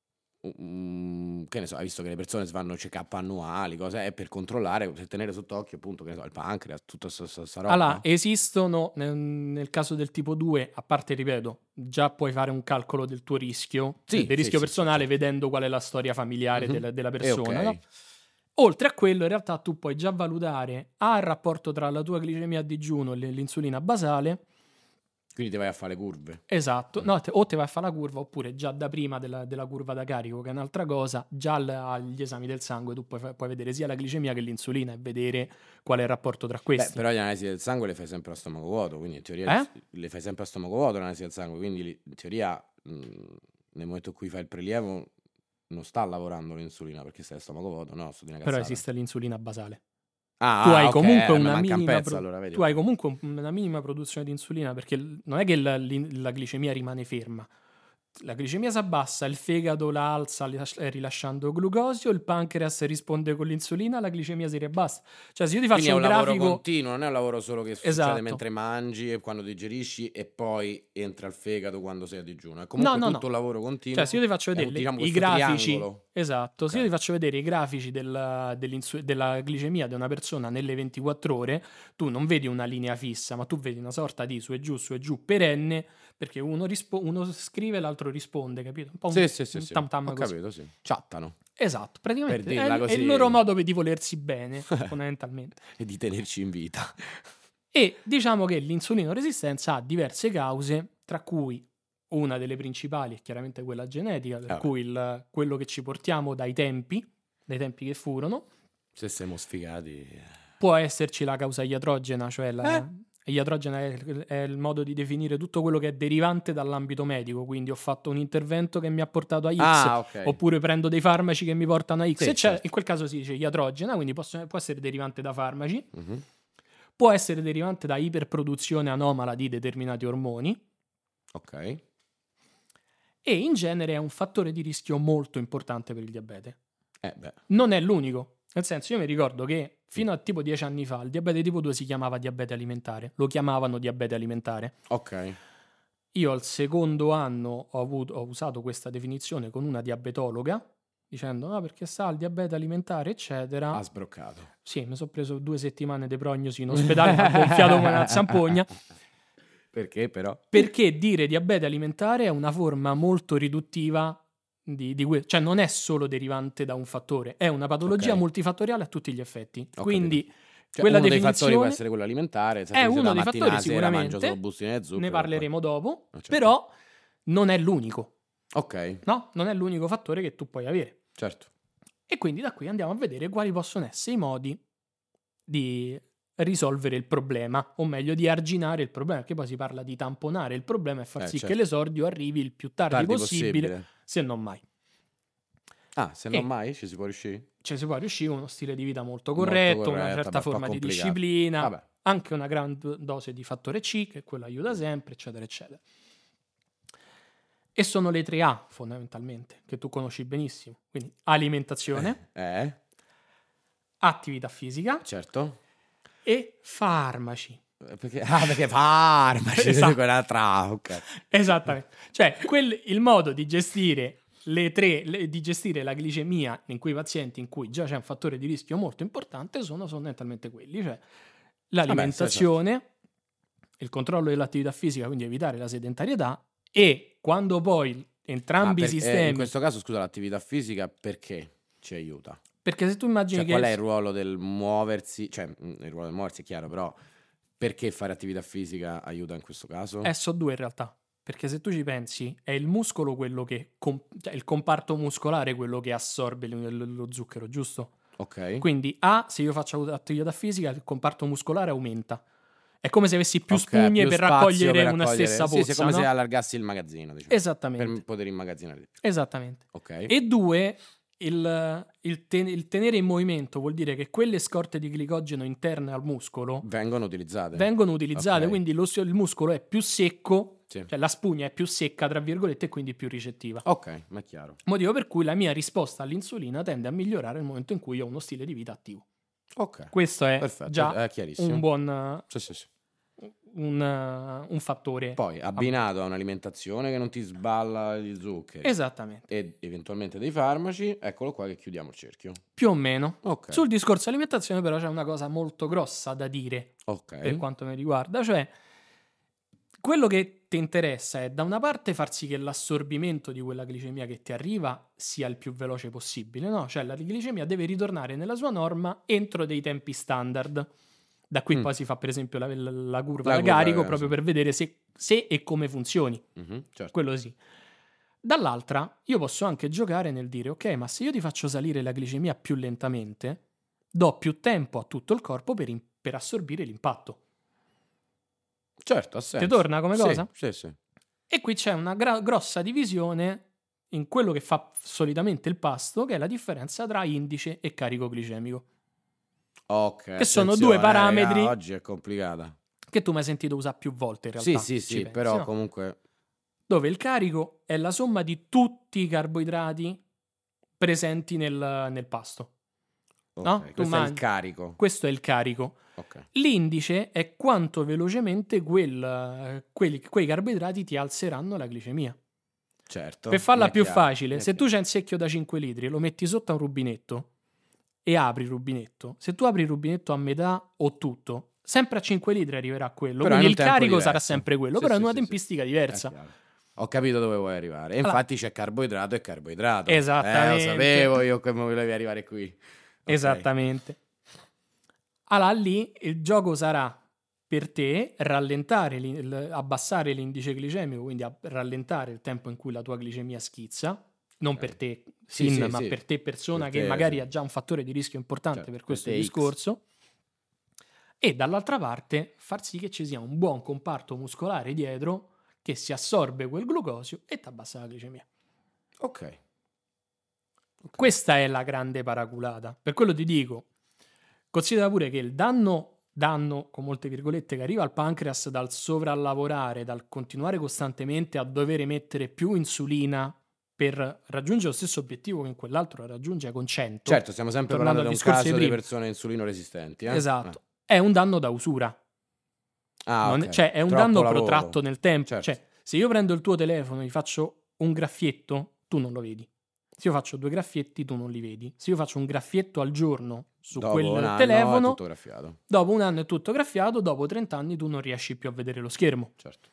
Speaker 1: Um, che ne so, hai visto che le persone fanno check-up annuali, cose, è per controllare, per tenere sott'occhio appunto, che ne so, il pancreas, tutta questa roba.
Speaker 2: Allora, esistono nel, nel caso del tipo due, a parte, ripeto, già puoi fare un calcolo del tuo rischio, sì, del rischio sì, personale, sì, sì, vedendo qual è la storia familiare mm-hmm. della, della persona, okay. no? Oltre a quello, in realtà tu puoi già valutare A, il rapporto tra la tua glicemia a digiuno e l'insulina basale.
Speaker 1: Quindi ti vai a fare le curve.
Speaker 2: Esatto, no, te, o ti vai a fare la curva, oppure già da prima della, della curva da carico, che è un'altra cosa, già al, agli esami del sangue tu puoi, puoi vedere sia la glicemia che l'insulina e vedere qual è il rapporto tra questi.
Speaker 1: Beh, però le analisi del sangue le fai sempre a stomaco vuoto, quindi in teoria
Speaker 2: eh?
Speaker 1: le fai sempre a stomaco vuoto l'analisi del sangue, quindi in teoria mh, nel momento in cui fai il prelievo non sta lavorando l'insulina perché stai a stomaco vuoto, no? Sto di una
Speaker 2: però esiste l'insulina basale.
Speaker 1: Ah,
Speaker 2: tu hai
Speaker 1: okay.
Speaker 2: comunque
Speaker 1: eh,
Speaker 2: una minima
Speaker 1: pezzo,
Speaker 2: pro-
Speaker 1: allora, vedi.
Speaker 2: tu hai comunque una minima produzione di insulina, perché non è che la, la glicemia rimane ferma. La glicemia si abbassa, il fegato la alza rilasciando glucosio, il pancreas risponde con l'insulina, la glicemia si riabbassa. Cioè, se io ti faccio
Speaker 1: Quindi è un,
Speaker 2: un grafico
Speaker 1: lavoro continuo, non è un lavoro solo che succede
Speaker 2: esatto.
Speaker 1: mentre mangi e quando digerisci e poi entra il fegato quando sei a digiuno. È comunque
Speaker 2: no, no,
Speaker 1: tutto
Speaker 2: no.
Speaker 1: un lavoro continuo.
Speaker 2: Cioè, se io ti faccio vedere
Speaker 1: un, diciamo,
Speaker 2: i grafici,
Speaker 1: triangolo.
Speaker 2: esatto,
Speaker 1: okay.
Speaker 2: se io ti faccio vedere i grafici della, della glicemia di una persona nelle ventiquattro ore, tu non vedi una linea fissa, ma tu vedi una sorta di su e giù, su e giù perenne, perché uno, rispo- uno scrive e l'altro risponde, capito? Un po' un,
Speaker 1: sì, sì, sì,
Speaker 2: un
Speaker 1: sì.
Speaker 2: tam tam
Speaker 1: Ho
Speaker 2: così.
Speaker 1: capito, sì. Chattano.
Speaker 2: Esatto, praticamente
Speaker 1: per
Speaker 2: è,
Speaker 1: così...
Speaker 2: è il loro modo di volersi bene, fondamentalmente.
Speaker 1: E di tenerci in vita.
Speaker 2: E diciamo che l'insulinoresistenza ha diverse cause, tra cui una delle principali è chiaramente quella genetica, per ah, cui il, quello che ci portiamo dai tempi, dai tempi che furono.
Speaker 1: Se siamo sfigati.
Speaker 2: Può esserci la causa iatrogena, cioè la...
Speaker 1: Eh?
Speaker 2: Iatrogena è, è il modo di definire tutto quello che è derivante dall'ambito medico, quindi ho fatto un intervento che mi ha portato a X,
Speaker 1: ah, okay.
Speaker 2: oppure prendo dei farmaci che mi portano a X,
Speaker 1: sì,
Speaker 2: e
Speaker 1: certo.
Speaker 2: in quel caso si dice iatrogena, quindi posso, può essere derivante da farmaci,
Speaker 1: uh-huh.
Speaker 2: può essere derivante da iperproduzione anomala di determinati ormoni,
Speaker 1: ok,
Speaker 2: e in genere è un fattore di rischio molto importante per il diabete.
Speaker 1: Eh beh.
Speaker 2: Non è l'unico. Nel senso, io mi ricordo che fino a tipo dieci anni fa il diabete tipo due si chiamava diabete alimentare. Lo chiamavano diabete alimentare.
Speaker 1: Ok.
Speaker 2: Io al secondo anno ho, avuto, ho usato questa definizione con una diabetologa, dicendo no, perché sa il diabete alimentare, eccetera.
Speaker 1: Ha sbroccato.
Speaker 2: Sì, mi sono preso due settimane di prognosi in ospedale, mi ha gonfiato come una zampogna.
Speaker 1: Perché però?
Speaker 2: Perché dire diabete alimentare è una forma molto riduttiva di, di que- cioè non è solo derivante da un fattore, è una patologia
Speaker 1: okay.
Speaker 2: multifattoriale a tutti gli effetti.
Speaker 1: Ho
Speaker 2: quindi
Speaker 1: cioè,
Speaker 2: quella
Speaker 1: uno
Speaker 2: definizione
Speaker 1: dei fattori può essere quello alimentare,
Speaker 2: è uno dei fattori sicuramente,
Speaker 1: solo bustine e zucchero,
Speaker 2: ne parleremo
Speaker 1: poi...
Speaker 2: dopo,
Speaker 1: oh, certo.
Speaker 2: però non è l'unico.
Speaker 1: Ok.
Speaker 2: No, non è l'unico fattore che tu puoi avere.
Speaker 1: Certo.
Speaker 2: E quindi da qui andiamo a vedere quali possono essere i modi di risolvere il problema, o meglio di arginare il problema, perché poi si parla di tamponare il problema e far
Speaker 1: eh,
Speaker 2: sì
Speaker 1: certo.
Speaker 2: che l'esordio arrivi il più tardi,
Speaker 1: tardi
Speaker 2: possibile,
Speaker 1: possibile,
Speaker 2: se non mai.
Speaker 1: Ah, se non e mai ci si può riuscire?
Speaker 2: Ci si può riuscire, uno stile di vita molto corretto, molto corretto una certa vabbè, forma di disciplina, vabbè. Anche una gran dose di fattore C, che quello aiuta sempre, eccetera, eccetera. E sono le tre A, fondamentalmente, che tu conosci benissimo. Quindi alimentazione,
Speaker 1: eh.
Speaker 2: attività fisica,
Speaker 1: certo,
Speaker 2: e farmaci.
Speaker 1: Perché, ah, perché farmaci, esatto. Quell'altra, okay.
Speaker 2: Esattamente. Cioè, quel, il modo di gestire le tre, le, di gestire la glicemia in quei pazienti in cui già c'è un fattore di rischio molto importante sono fondamentalmente quelli, cioè l'alimentazione, Vabbè, esatto. il controllo dell'attività fisica, quindi evitare la sedentarietà, e quando poi entrambi
Speaker 1: ah,
Speaker 2: i
Speaker 1: per,
Speaker 2: sistemi...
Speaker 1: Eh, in questo caso, scusa, l'attività fisica perché ci aiuta?
Speaker 2: Perché se tu immagini
Speaker 1: cioè,
Speaker 2: che...
Speaker 1: qual è il ruolo del muoversi? Cioè, il ruolo del muoversi è chiaro, però perché fare attività fisica aiuta in questo caso?
Speaker 2: Eh, so due in realtà. Perché se tu ci pensi, è il muscolo quello che... Comp- cioè il comparto muscolare quello che assorbe lo, lo zucchero, giusto?
Speaker 1: Ok.
Speaker 2: Quindi A, se io faccio attività fisica, il comparto muscolare aumenta. È come se avessi più
Speaker 1: okay,
Speaker 2: spugne
Speaker 1: più
Speaker 2: per raccogliere,
Speaker 1: per raccogliere
Speaker 2: una stessa pozza,
Speaker 1: sì, è come
Speaker 2: no?
Speaker 1: se allargassi il magazzino, diciamo.
Speaker 2: Esattamente.
Speaker 1: Per poter immagazzinare.
Speaker 2: Esattamente.
Speaker 1: Ok.
Speaker 2: E due, il, il, ten- il tenere in movimento vuol dire che quelle scorte di glicogeno interne al muscolo
Speaker 1: vengono utilizzate.
Speaker 2: Vengono utilizzate, okay. Quindi lo, il muscolo è più secco,
Speaker 1: sì.
Speaker 2: Cioè la spugna è più secca, tra virgolette, e quindi più ricettiva.
Speaker 1: Ok, ma è chiaro.
Speaker 2: Motivo per cui la mia risposta all'insulina tende a migliorare nel momento in cui ho uno stile di vita attivo.
Speaker 1: Ok.
Speaker 2: Questo è
Speaker 1: perfetto,
Speaker 2: già
Speaker 1: è
Speaker 2: un buon...
Speaker 1: Sì, sì, sì.
Speaker 2: Un, un fattore.
Speaker 1: Poi abbinato a un'alimentazione che non ti sballa gli zuccheri.
Speaker 2: Esattamente.
Speaker 1: E eventualmente dei farmaci, eccolo qua che chiudiamo il cerchio.
Speaker 2: Più o meno.
Speaker 1: Okay.
Speaker 2: Sul discorso alimentazione però c'è una cosa molto grossa da dire,
Speaker 1: okay.
Speaker 2: per quanto mi riguarda, cioè quello che ti interessa è da una parte far sì che l'assorbimento di quella glicemia che ti arriva sia il più veloce possibile, no? Cioè la glicemia deve ritornare nella sua norma entro dei tempi standard. Da qui mm. poi si fa per esempio la, la, la curva la da curva carico, proprio sì. per vedere se, se e come funzioni.
Speaker 1: Mm-hmm, certo.
Speaker 2: Quello sì. Dall'altra, io posso anche giocare nel dire, ok, ma se io ti faccio salire la glicemia più lentamente, do più tempo a tutto il corpo per, in, per assorbire l'impatto.
Speaker 1: Certo, ha senso.
Speaker 2: Ti torna come cosa?
Speaker 1: Sì, sì, sì.
Speaker 2: E qui c'è una gra- grossa divisione in quello che fa solitamente il pasto, che è la differenza tra indice e carico glicemico.
Speaker 1: Ok,
Speaker 2: che sono due parametri
Speaker 1: raga, oggi è complicata,
Speaker 2: che tu mi hai sentito usare più volte in realtà.
Speaker 1: Sì, sì, sì, però pensi, no? Comunque
Speaker 2: dove il carico è la somma di tutti i carboidrati presenti nel, nel pasto.
Speaker 1: Ok,
Speaker 2: no?
Speaker 1: questo tu
Speaker 2: mangi.
Speaker 1: È il carico.
Speaker 2: Questo è il carico.
Speaker 1: Okay.
Speaker 2: L'indice è quanto velocemente quel, quelli, quei carboidrati ti alzeranno la glicemia.
Speaker 1: Certo.
Speaker 2: Per farla più
Speaker 1: chiaro,
Speaker 2: facile, se tu c'hai un secchio da cinque litri e lo metti sotto a un rubinetto e apri il rubinetto, se tu apri il rubinetto a metà o tutto, sempre a cinque litri arriverà quello, però quindi il carico diverso. Sarà sempre quello, sì, però sì, è una sì, tempistica sì. diversa.
Speaker 1: Ho capito dove vuoi arrivare. E allora, infatti c'è carboidrato e carboidrato.
Speaker 2: Esattamente.
Speaker 1: Eh, lo sapevo io come volevi arrivare qui. Okay.
Speaker 2: Esattamente. Allora lì il gioco sarà per te rallentare, abbassare l'indice glicemico, quindi rallentare il tempo in cui la tua glicemia schizza. Non okay. per te, Sin, sì, sì, ma sì. per te persona per che te, magari sì. ha già un fattore di rischio importante certo, per questo per discorso. X. E dall'altra parte far sì che ci sia un buon comparto muscolare dietro che si assorbe quel glucosio e ti abbassa la glicemia.
Speaker 1: Ok. okay.
Speaker 2: Questa è la grande paraculata. Per quello ti dico, considera pure che il danno, danno con molte virgolette, che arriva al pancreas dal sovrallavorare, dal continuare costantemente a dover mettere più insulina per raggiungere lo stesso obiettivo che in quell'altro raggiunge con cento.
Speaker 1: Certo, stiamo sempre parlando di un caso di persone insulino resistenti. Eh?
Speaker 2: Esatto.
Speaker 1: Eh.
Speaker 2: È un danno da usura.
Speaker 1: Ah,
Speaker 2: non,
Speaker 1: okay.
Speaker 2: Cioè, è un
Speaker 1: Troppo
Speaker 2: danno
Speaker 1: lavoro.
Speaker 2: protratto nel tempo.
Speaker 1: Certo.
Speaker 2: Cioè, se io prendo il tuo telefono e gli faccio un graffietto, tu non lo vedi. Se io faccio due graffietti, tu non li vedi. Se io faccio un graffietto al giorno su
Speaker 1: dopo
Speaker 2: quel
Speaker 1: un anno
Speaker 2: telefono,
Speaker 1: è tutto graffiato.
Speaker 2: Dopo un anno è tutto graffiato, dopo trenta anni tu non riesci più a vedere lo schermo.
Speaker 1: Certo.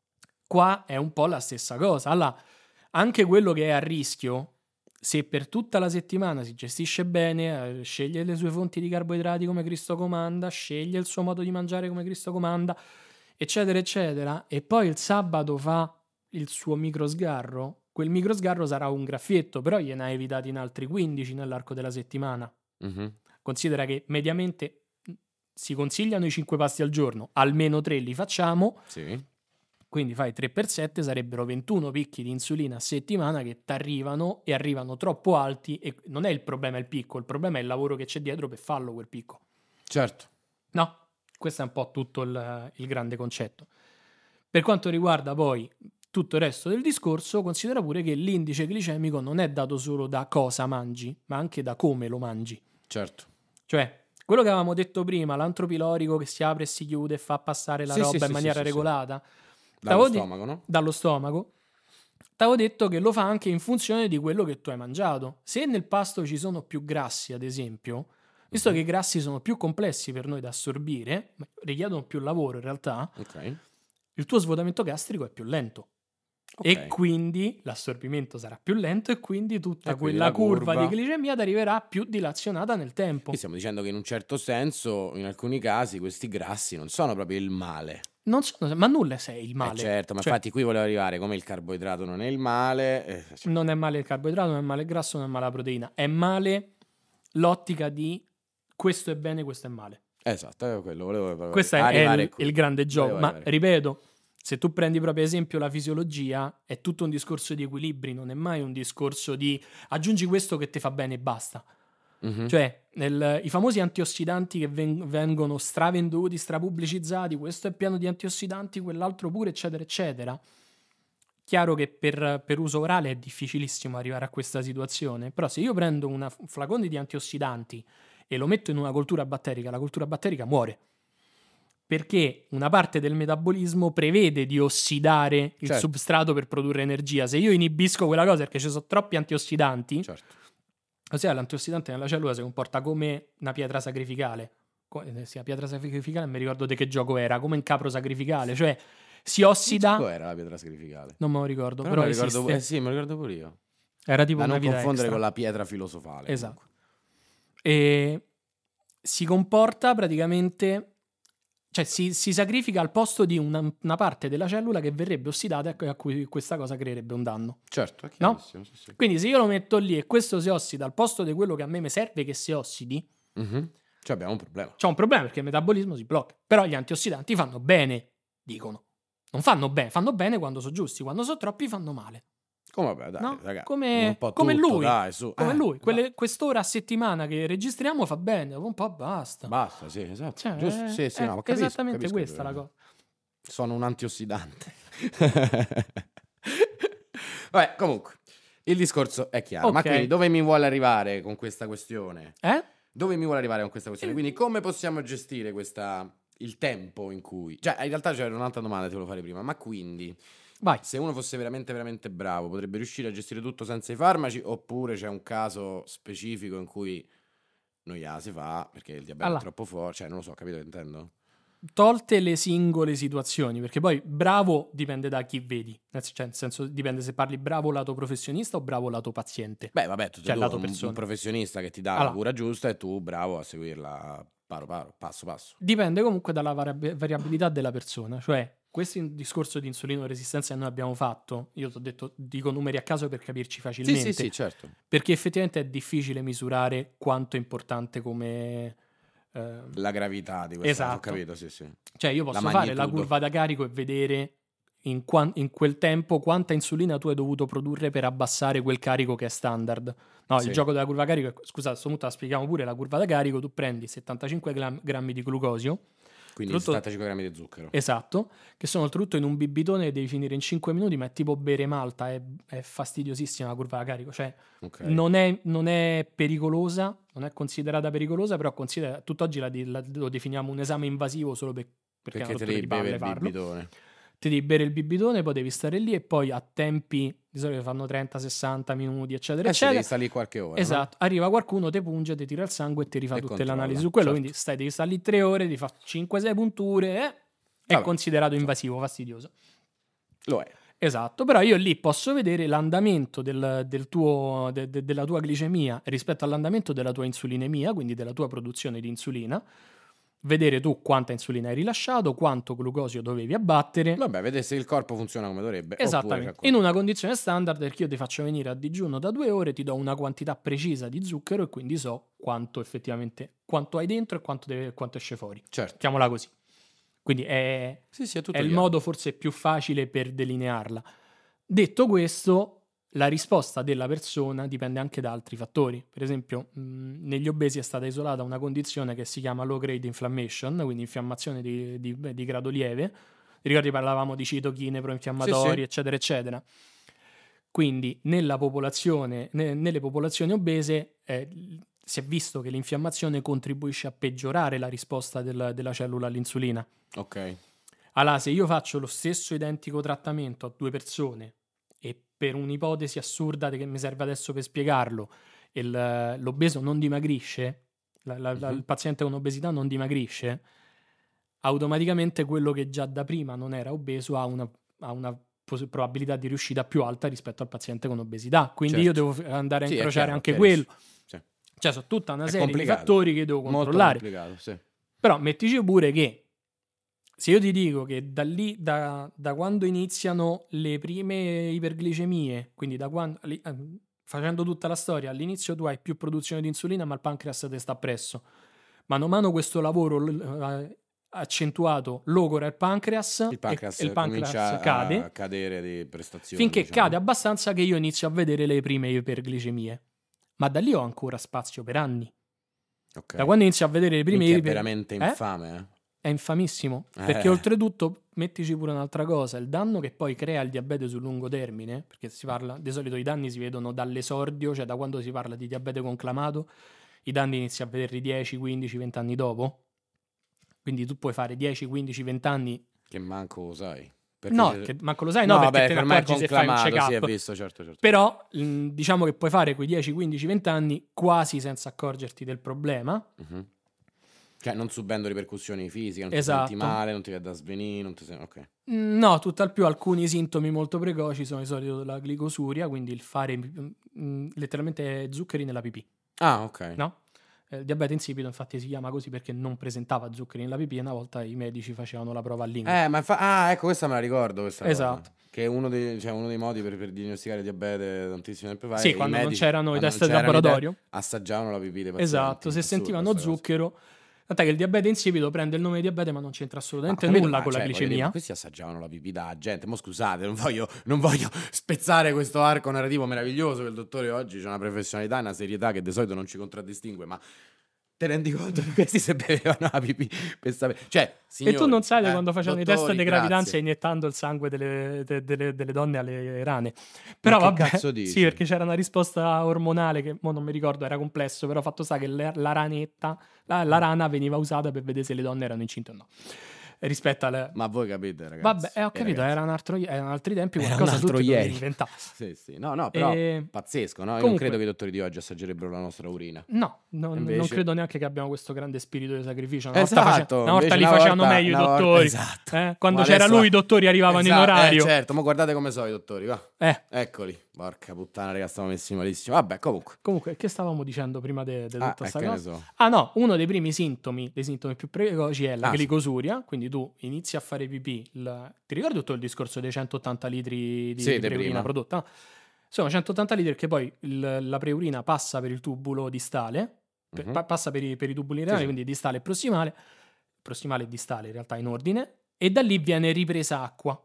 Speaker 2: Qua è un po' la stessa cosa. Allora, anche quello che è a rischio, se per tutta la settimana si gestisce bene, sceglie le sue fonti di carboidrati come Cristo comanda, sceglie il suo modo di mangiare come Cristo comanda, eccetera, eccetera, e poi il sabato fa il suo micro sgarro, quel micro sgarro sarà un graffietto, però gliene ha evitati in altri quindici nell'arco della settimana.
Speaker 1: Mm-hmm.
Speaker 2: Considera che mediamente si consigliano i cinque pasti al giorno, almeno tre li facciamo,
Speaker 1: sì.
Speaker 2: Quindi fai tre per sette, sarebbero ventuno picchi di insulina a settimana che ti arrivano e arrivano troppo alti, e non è il problema il picco, il problema è il lavoro che c'è dietro per farlo quel picco.
Speaker 1: Certo.
Speaker 2: No, questo è un po' tutto il, il grande concetto. Per quanto riguarda poi tutto il resto del discorso, considera pure che l'indice glicemico non è dato solo da cosa mangi, ma anche da come lo mangi.
Speaker 1: Certo.
Speaker 2: Cioè, quello che avevamo detto prima, l'antropilorico che si apre e si chiude e fa passare la
Speaker 1: sì,
Speaker 2: roba
Speaker 1: sì,
Speaker 2: in
Speaker 1: sì,
Speaker 2: maniera
Speaker 1: sì,
Speaker 2: regolata.
Speaker 1: Sì. Dallo
Speaker 2: di-
Speaker 1: stomaco, no?
Speaker 2: Dallo stomaco. T'avevo detto che lo fa anche in funzione di quello che tu hai mangiato. Se nel pasto ci sono più grassi, ad esempio, visto mm-hmm. che i grassi sono più complessi per noi da assorbire, richiedono più lavoro in realtà,
Speaker 1: okay.
Speaker 2: il tuo svuotamento gastrico è più lento. Okay. E quindi l'assorbimento sarà più lento e quindi tutta e quella quindi curva, curva di glicemia ti arriverà più dilazionata nel tempo.
Speaker 1: E stiamo dicendo che in un certo senso, in alcuni casi, questi grassi non sono proprio il male.
Speaker 2: Non sono, ma nulla sei il male.
Speaker 1: Eh certo, ma
Speaker 2: cioè,
Speaker 1: infatti qui volevo arrivare, come il carboidrato non è il male. Eh, cioè.
Speaker 2: Non è male il carboidrato, non è male il grasso, non è male la proteina. È male l'ottica di questo è bene, questo è male.
Speaker 1: Esatto, è quello volevo
Speaker 2: Questo è il, il grande gioco, ma ripeto, se tu prendi proprio esempio la fisiologia, è tutto un discorso di equilibri, non è mai un discorso di aggiungi questo che ti fa bene e basta. Mm-hmm. Cioè, nel, i famosi antiossidanti che ven- vengono stravenduti, strapubblicizzati, questo è pieno di antiossidanti, quell'altro pure, eccetera, eccetera. Chiaro che per, per uso orale è difficilissimo arrivare a questa situazione, però se io prendo una, un flacone di antiossidanti e lo metto in una coltura batterica, la coltura batterica muore. Perché una parte del metabolismo prevede di ossidare il certo. substrato per produrre energia. Se io inibisco quella cosa perché ci sono troppi antiossidanti, certo. ossia l'antiossidante nella cellula si comporta come una pietra sacrificale. Sì, la pietra sacrificale mi ricordo di che gioco era, come un capro sacrificale, cioè si ossida.
Speaker 1: Che era la pietra sacrificale?
Speaker 2: Non me lo ricordo, però,
Speaker 1: però
Speaker 2: me
Speaker 1: ricordo, eh sì, me lo ricordo pure io.
Speaker 2: Era tipo
Speaker 1: da
Speaker 2: una
Speaker 1: non
Speaker 2: vita
Speaker 1: confondere
Speaker 2: extra.
Speaker 1: con la pietra filosofale.
Speaker 2: Esatto. Comunque. E si comporta praticamente, cioè si, si sacrifica al posto di una, una parte della cellula che verrebbe ossidata e a cui questa cosa creerebbe un danno.
Speaker 1: Certo, è
Speaker 2: no?
Speaker 1: Sì, sì.
Speaker 2: Quindi se io lo metto lì e questo si ossida al posto di quello che a me mi serve che si ossidi,
Speaker 1: mm-hmm. cioè abbiamo un problema.
Speaker 2: C'è un problema perché il metabolismo si blocca. Però gli antiossidanti fanno bene, dicono. Non fanno bene, fanno bene quando sono giusti, quando sono troppi fanno male.
Speaker 1: Come vabbè, dai,
Speaker 2: no?
Speaker 1: raga,
Speaker 2: come,
Speaker 1: un po'
Speaker 2: come
Speaker 1: tutto,
Speaker 2: lui,
Speaker 1: dai, su.
Speaker 2: come
Speaker 1: eh,
Speaker 2: lui. Quelle, quest'ora a settimana che registriamo fa bene, un po' basta.
Speaker 1: Basta, sì, esatto.
Speaker 2: Cioè,
Speaker 1: Giusto,
Speaker 2: è,
Speaker 1: sì, sì,
Speaker 2: è
Speaker 1: no, capisco,
Speaker 2: esattamente
Speaker 1: capisco
Speaker 2: questa
Speaker 1: dove...
Speaker 2: la cosa.
Speaker 1: Sono un antiossidante. Vabbè, comunque, il discorso è chiaro.
Speaker 2: Okay.
Speaker 1: Ma quindi dove mi vuole arrivare con questa questione?
Speaker 2: Eh?
Speaker 1: Dove mi vuole arrivare con questa questione? Quindi come possiamo gestire questa... il tempo in cui... Cioè, in realtà c'era un'altra domanda che ti volevo fare prima, ma quindi...
Speaker 2: Vai.
Speaker 1: Se uno fosse veramente veramente bravo, potrebbe riuscire a gestire tutto senza i farmaci, oppure c'è un caso specifico in cui non gliela si fa perché il diabete allora. è troppo forte, cioè non lo so, capito che intendo?
Speaker 2: Tolte le singole situazioni, perché poi bravo dipende da chi vedi, cioè nel senso dipende se parli bravo lato professionista o bravo lato paziente.
Speaker 1: Beh vabbè, tu,
Speaker 2: cioè,
Speaker 1: tu
Speaker 2: lato
Speaker 1: un, un professionista che ti dà allora. la cura giusta e tu bravo a seguirla paro paro, passo passo.
Speaker 2: Dipende comunque dalla variab- variabilità della persona, cioè questo discorso di insulino resistenza che noi abbiamo fatto, io ti ho detto, dico numeri a caso per capirci facilmente.
Speaker 1: Sì, sì, sì, certo.
Speaker 2: Perché effettivamente è difficile misurare quanto è importante come... Eh...
Speaker 1: La gravità di questa
Speaker 2: esatto.
Speaker 1: Ho capito, sì, sì.
Speaker 2: Cioè io posso la fare la curva da carico e vedere in, qua- in quel tempo quanta insulina tu hai dovuto produrre per abbassare quel carico che è standard. No, sì. Il gioco della curva da carico, scusate, a questo punto la spieghiamo pure, la curva da carico, tu prendi settantacinque gram- grammi di glucosio,
Speaker 1: quindi tutto, settantacinque grammi di zucchero.
Speaker 2: Esatto, che sono oltretutto in un bibitone che devi finire in cinque minuti, ma è tipo bere malta, è, è fastidiosissima la curva da carico, cioè okay. non, è, non è pericolosa, non è considerata pericolosa, però considera, tutt'oggi la, la, lo definiamo un esame invasivo solo per, perché,
Speaker 1: perché te devi bere il
Speaker 2: farlo.
Speaker 1: bibitone.
Speaker 2: Ti devi bere il bibitone, poi devi stare lì e poi a tempi di solito fanno trenta sessanta minuti, eccetera,
Speaker 1: eh
Speaker 2: eccetera.
Speaker 1: Devi stare lì qualche ora.
Speaker 2: Esatto, no? Arriva qualcuno, ti punge, ti tira il sangue e ti rifà e tutte controlla. le analisi su quello. Certo. Quindi stai, devi stare lì tre ore, ti fa cinque sei punture, eh? è Vabbè. considerato invasivo, fastidioso.
Speaker 1: Lo è.
Speaker 2: Esatto, però io lì posso vedere l'andamento del, del tuo, de, de, della tua glicemia rispetto all'andamento della tua insulinemia, quindi della tua produzione di insulina. Vedere tu quanta insulina hai rilasciato, quanto glucosio dovevi abbattere.
Speaker 1: Vabbè, vedere se il corpo funziona come dovrebbe.
Speaker 2: Esattamente. In una condizione standard, perché io ti faccio venire a digiuno da due ore, ti do una quantità precisa di zucchero e quindi so quanto effettivamente, quanto hai dentro e quanto, deve, quanto esce fuori.
Speaker 1: Certo.
Speaker 2: Mettiamola così. Quindi è,
Speaker 1: sì, sì, è, tutto
Speaker 2: è il modo forse più facile per delinearla. Detto questo, la risposta della persona dipende anche da altri fattori. Per esempio, mh, negli obesi è stata isolata una condizione che si chiama low grade inflammation, quindi infiammazione di, di, di grado lieve. Ricordi parlavamo di citochine proinfiammatori, sì, sì. eccetera, eccetera. Quindi nella popolazione, ne, nelle popolazioni obese eh, si è visto che l'infiammazione contribuisce a peggiorare la risposta del, della cellula all'insulina.
Speaker 1: Ok.
Speaker 2: Allora, se io faccio lo stesso identico trattamento a due persone e per un'ipotesi assurda che mi serve adesso per spiegarlo, il, l'obeso non dimagrisce, la, la, uh-huh. il paziente con obesità non dimagrisce, automaticamente quello che già da prima non era obeso ha una, ha una pos- probabilità di riuscita più alta rispetto al paziente con obesità. Quindi certo. io devo andare a sì, incrociare chiaro, anche quello. Sì. Cioè, sono tutta una è serie complicato. di fattori che devo controllare.
Speaker 1: Molto complicato, sì.
Speaker 2: Però mettici pure che se io ti dico che da lì, da, da quando iniziano le prime iperglicemie, quindi da quando, li, eh, facendo tutta la storia, all'inizio tu hai più produzione di insulina ma il pancreas ti sta appresso. Mano a mano questo lavoro eh, accentuato logora il pancreas,
Speaker 1: il pancreas,
Speaker 2: e il pancreas
Speaker 1: comincia
Speaker 2: cade
Speaker 1: a cadere di prestazioni,
Speaker 2: finché
Speaker 1: diciamo.
Speaker 2: cade abbastanza che io inizio a vedere le prime iperglicemie, ma da lì ho ancora spazio per anni.
Speaker 1: Okay.
Speaker 2: Da quando inizio a vedere le prime
Speaker 1: iper...
Speaker 2: iper...
Speaker 1: è veramente infame, eh?
Speaker 2: È infamissimo,
Speaker 1: eh.
Speaker 2: perché oltretutto mettici pure un'altra cosa, il danno che poi crea il diabete sul lungo termine, perché si parla, di solito i danni si vedono dall'esordio, cioè da quando si parla di diabete conclamato, i danni inizi a vederli dieci, quindici, venti anni dopo. Quindi tu puoi fare dieci, quindici, venti anni
Speaker 1: che manco lo sai.
Speaker 2: No,
Speaker 1: c'è...
Speaker 2: che manco lo sai, no,
Speaker 1: no
Speaker 2: perché
Speaker 1: beh,
Speaker 2: te ne accorgi se fai un check-up.
Speaker 1: Sì, è visto, certo, certo.
Speaker 2: Però mh, diciamo che puoi fare quei dieci, quindici, venti anni quasi senza accorgerti del problema.
Speaker 1: Uh-huh. Cioè non subendo ripercussioni fisiche, non
Speaker 2: esatto.
Speaker 1: ti senti male, non ti viene da svenire, non ti senti... ok.
Speaker 2: No, tutt'al più alcuni sintomi molto precoci sono di solito la glicosuria, quindi il fare mh, letteralmente zuccheri nella pipì.
Speaker 1: Ah, ok.
Speaker 2: No? Il diabete insipido infatti si chiama così perché non presentava zuccheri nella pipì e una volta i medici facevano la prova a lingua.
Speaker 1: Eh, ma fa... Ah, ecco, questa me la ricordo, questa
Speaker 2: esatto.
Speaker 1: cosa. Che è uno dei, cioè, uno dei modi per, per diagnosticare diabete tantissimo tempo fa.
Speaker 2: Sì, quando medici, non c'erano i test di laboratorio.
Speaker 1: Te- assaggiavano la pipì dei pazienti.
Speaker 2: Esatto, se sentivano zucchero... Tant'è che il diabete insipido prende il nome di diabete ma non c'entra assolutamente
Speaker 1: ma,
Speaker 2: nulla
Speaker 1: ma,
Speaker 2: con
Speaker 1: cioè,
Speaker 2: la glicemia.
Speaker 1: Dire, questi assaggiavano la pipì da gente. Mo scusate, non voglio, non voglio spezzare questo arco narrativo meraviglioso che il dottore oggi c'ha una professionalità e una serietà che di solito non ci contraddistingue, ma te rendi conto che questi se bevevano la pipì per sapere. Cioè, signori,
Speaker 2: e tu non sai
Speaker 1: eh,
Speaker 2: quando facevano
Speaker 1: dottori,
Speaker 2: i test di gravidanza
Speaker 1: grazie.
Speaker 2: iniettando il sangue delle, de, de, delle donne alle rane. Però
Speaker 1: ma
Speaker 2: vabbè,
Speaker 1: che cazzo dici?
Speaker 2: Sì, perché c'era una risposta ormonale che mo non mi ricordo, era complesso, però fatto sta che le, la ranetta, la, la rana veniva usata per vedere se le donne erano incinte o no. Rispetto alle...
Speaker 1: Ma voi capite, ragazzi?
Speaker 2: Vabbè, eh, ho capito,
Speaker 1: eh,
Speaker 2: era un altro, erano altri tempi,
Speaker 1: era
Speaker 2: qualcosa
Speaker 1: un altro
Speaker 2: tutto
Speaker 1: ieri.
Speaker 2: inventare.
Speaker 1: Sì, sì. No, no, però
Speaker 2: e...
Speaker 1: pazzesco, no? Io
Speaker 2: Comunque...
Speaker 1: non credo che i dottori di oggi assaggerebbero la nostra urina.
Speaker 2: No, no
Speaker 1: invece...
Speaker 2: non credo neanche che abbiamo questo grande spirito di sacrificio. Una
Speaker 1: esatto,
Speaker 2: volta, face... una volta li
Speaker 1: una
Speaker 2: facevano
Speaker 1: volta,
Speaker 2: meglio i
Speaker 1: volta,
Speaker 2: dottori.
Speaker 1: Esatto.
Speaker 2: Eh? Quando
Speaker 1: ma
Speaker 2: c'era
Speaker 1: adesso...
Speaker 2: lui i dottori arrivavano
Speaker 1: esatto,
Speaker 2: in orario.
Speaker 1: Eh, certo, ma guardate come sono i dottori, va.
Speaker 2: Eh.
Speaker 1: Eccoli. Porca puttana, raga, stiamo messi malissimo. Vabbè, comunque.
Speaker 2: Comunque, che stavamo dicendo prima di tutta
Speaker 1: ah,
Speaker 2: questa
Speaker 1: eh,
Speaker 2: cosa?
Speaker 1: So.
Speaker 2: Ah no, uno dei primi sintomi, dei sintomi più precoci è la
Speaker 1: ah,
Speaker 2: glicosuria, sì. Quindi tu inizi a fare pipì, il... ti ricordi tutto il discorso dei centottanta litri di,
Speaker 1: sì,
Speaker 2: di preurina prodotta? No? Sono centottanta litri perché poi il, la preurina passa per il tubulo distale, per, uh-huh. pa- passa per i, per i tubuli renali, sì, quindi distale e prossimale, prossimale e distale in realtà in ordine, e da lì viene ripresa acqua.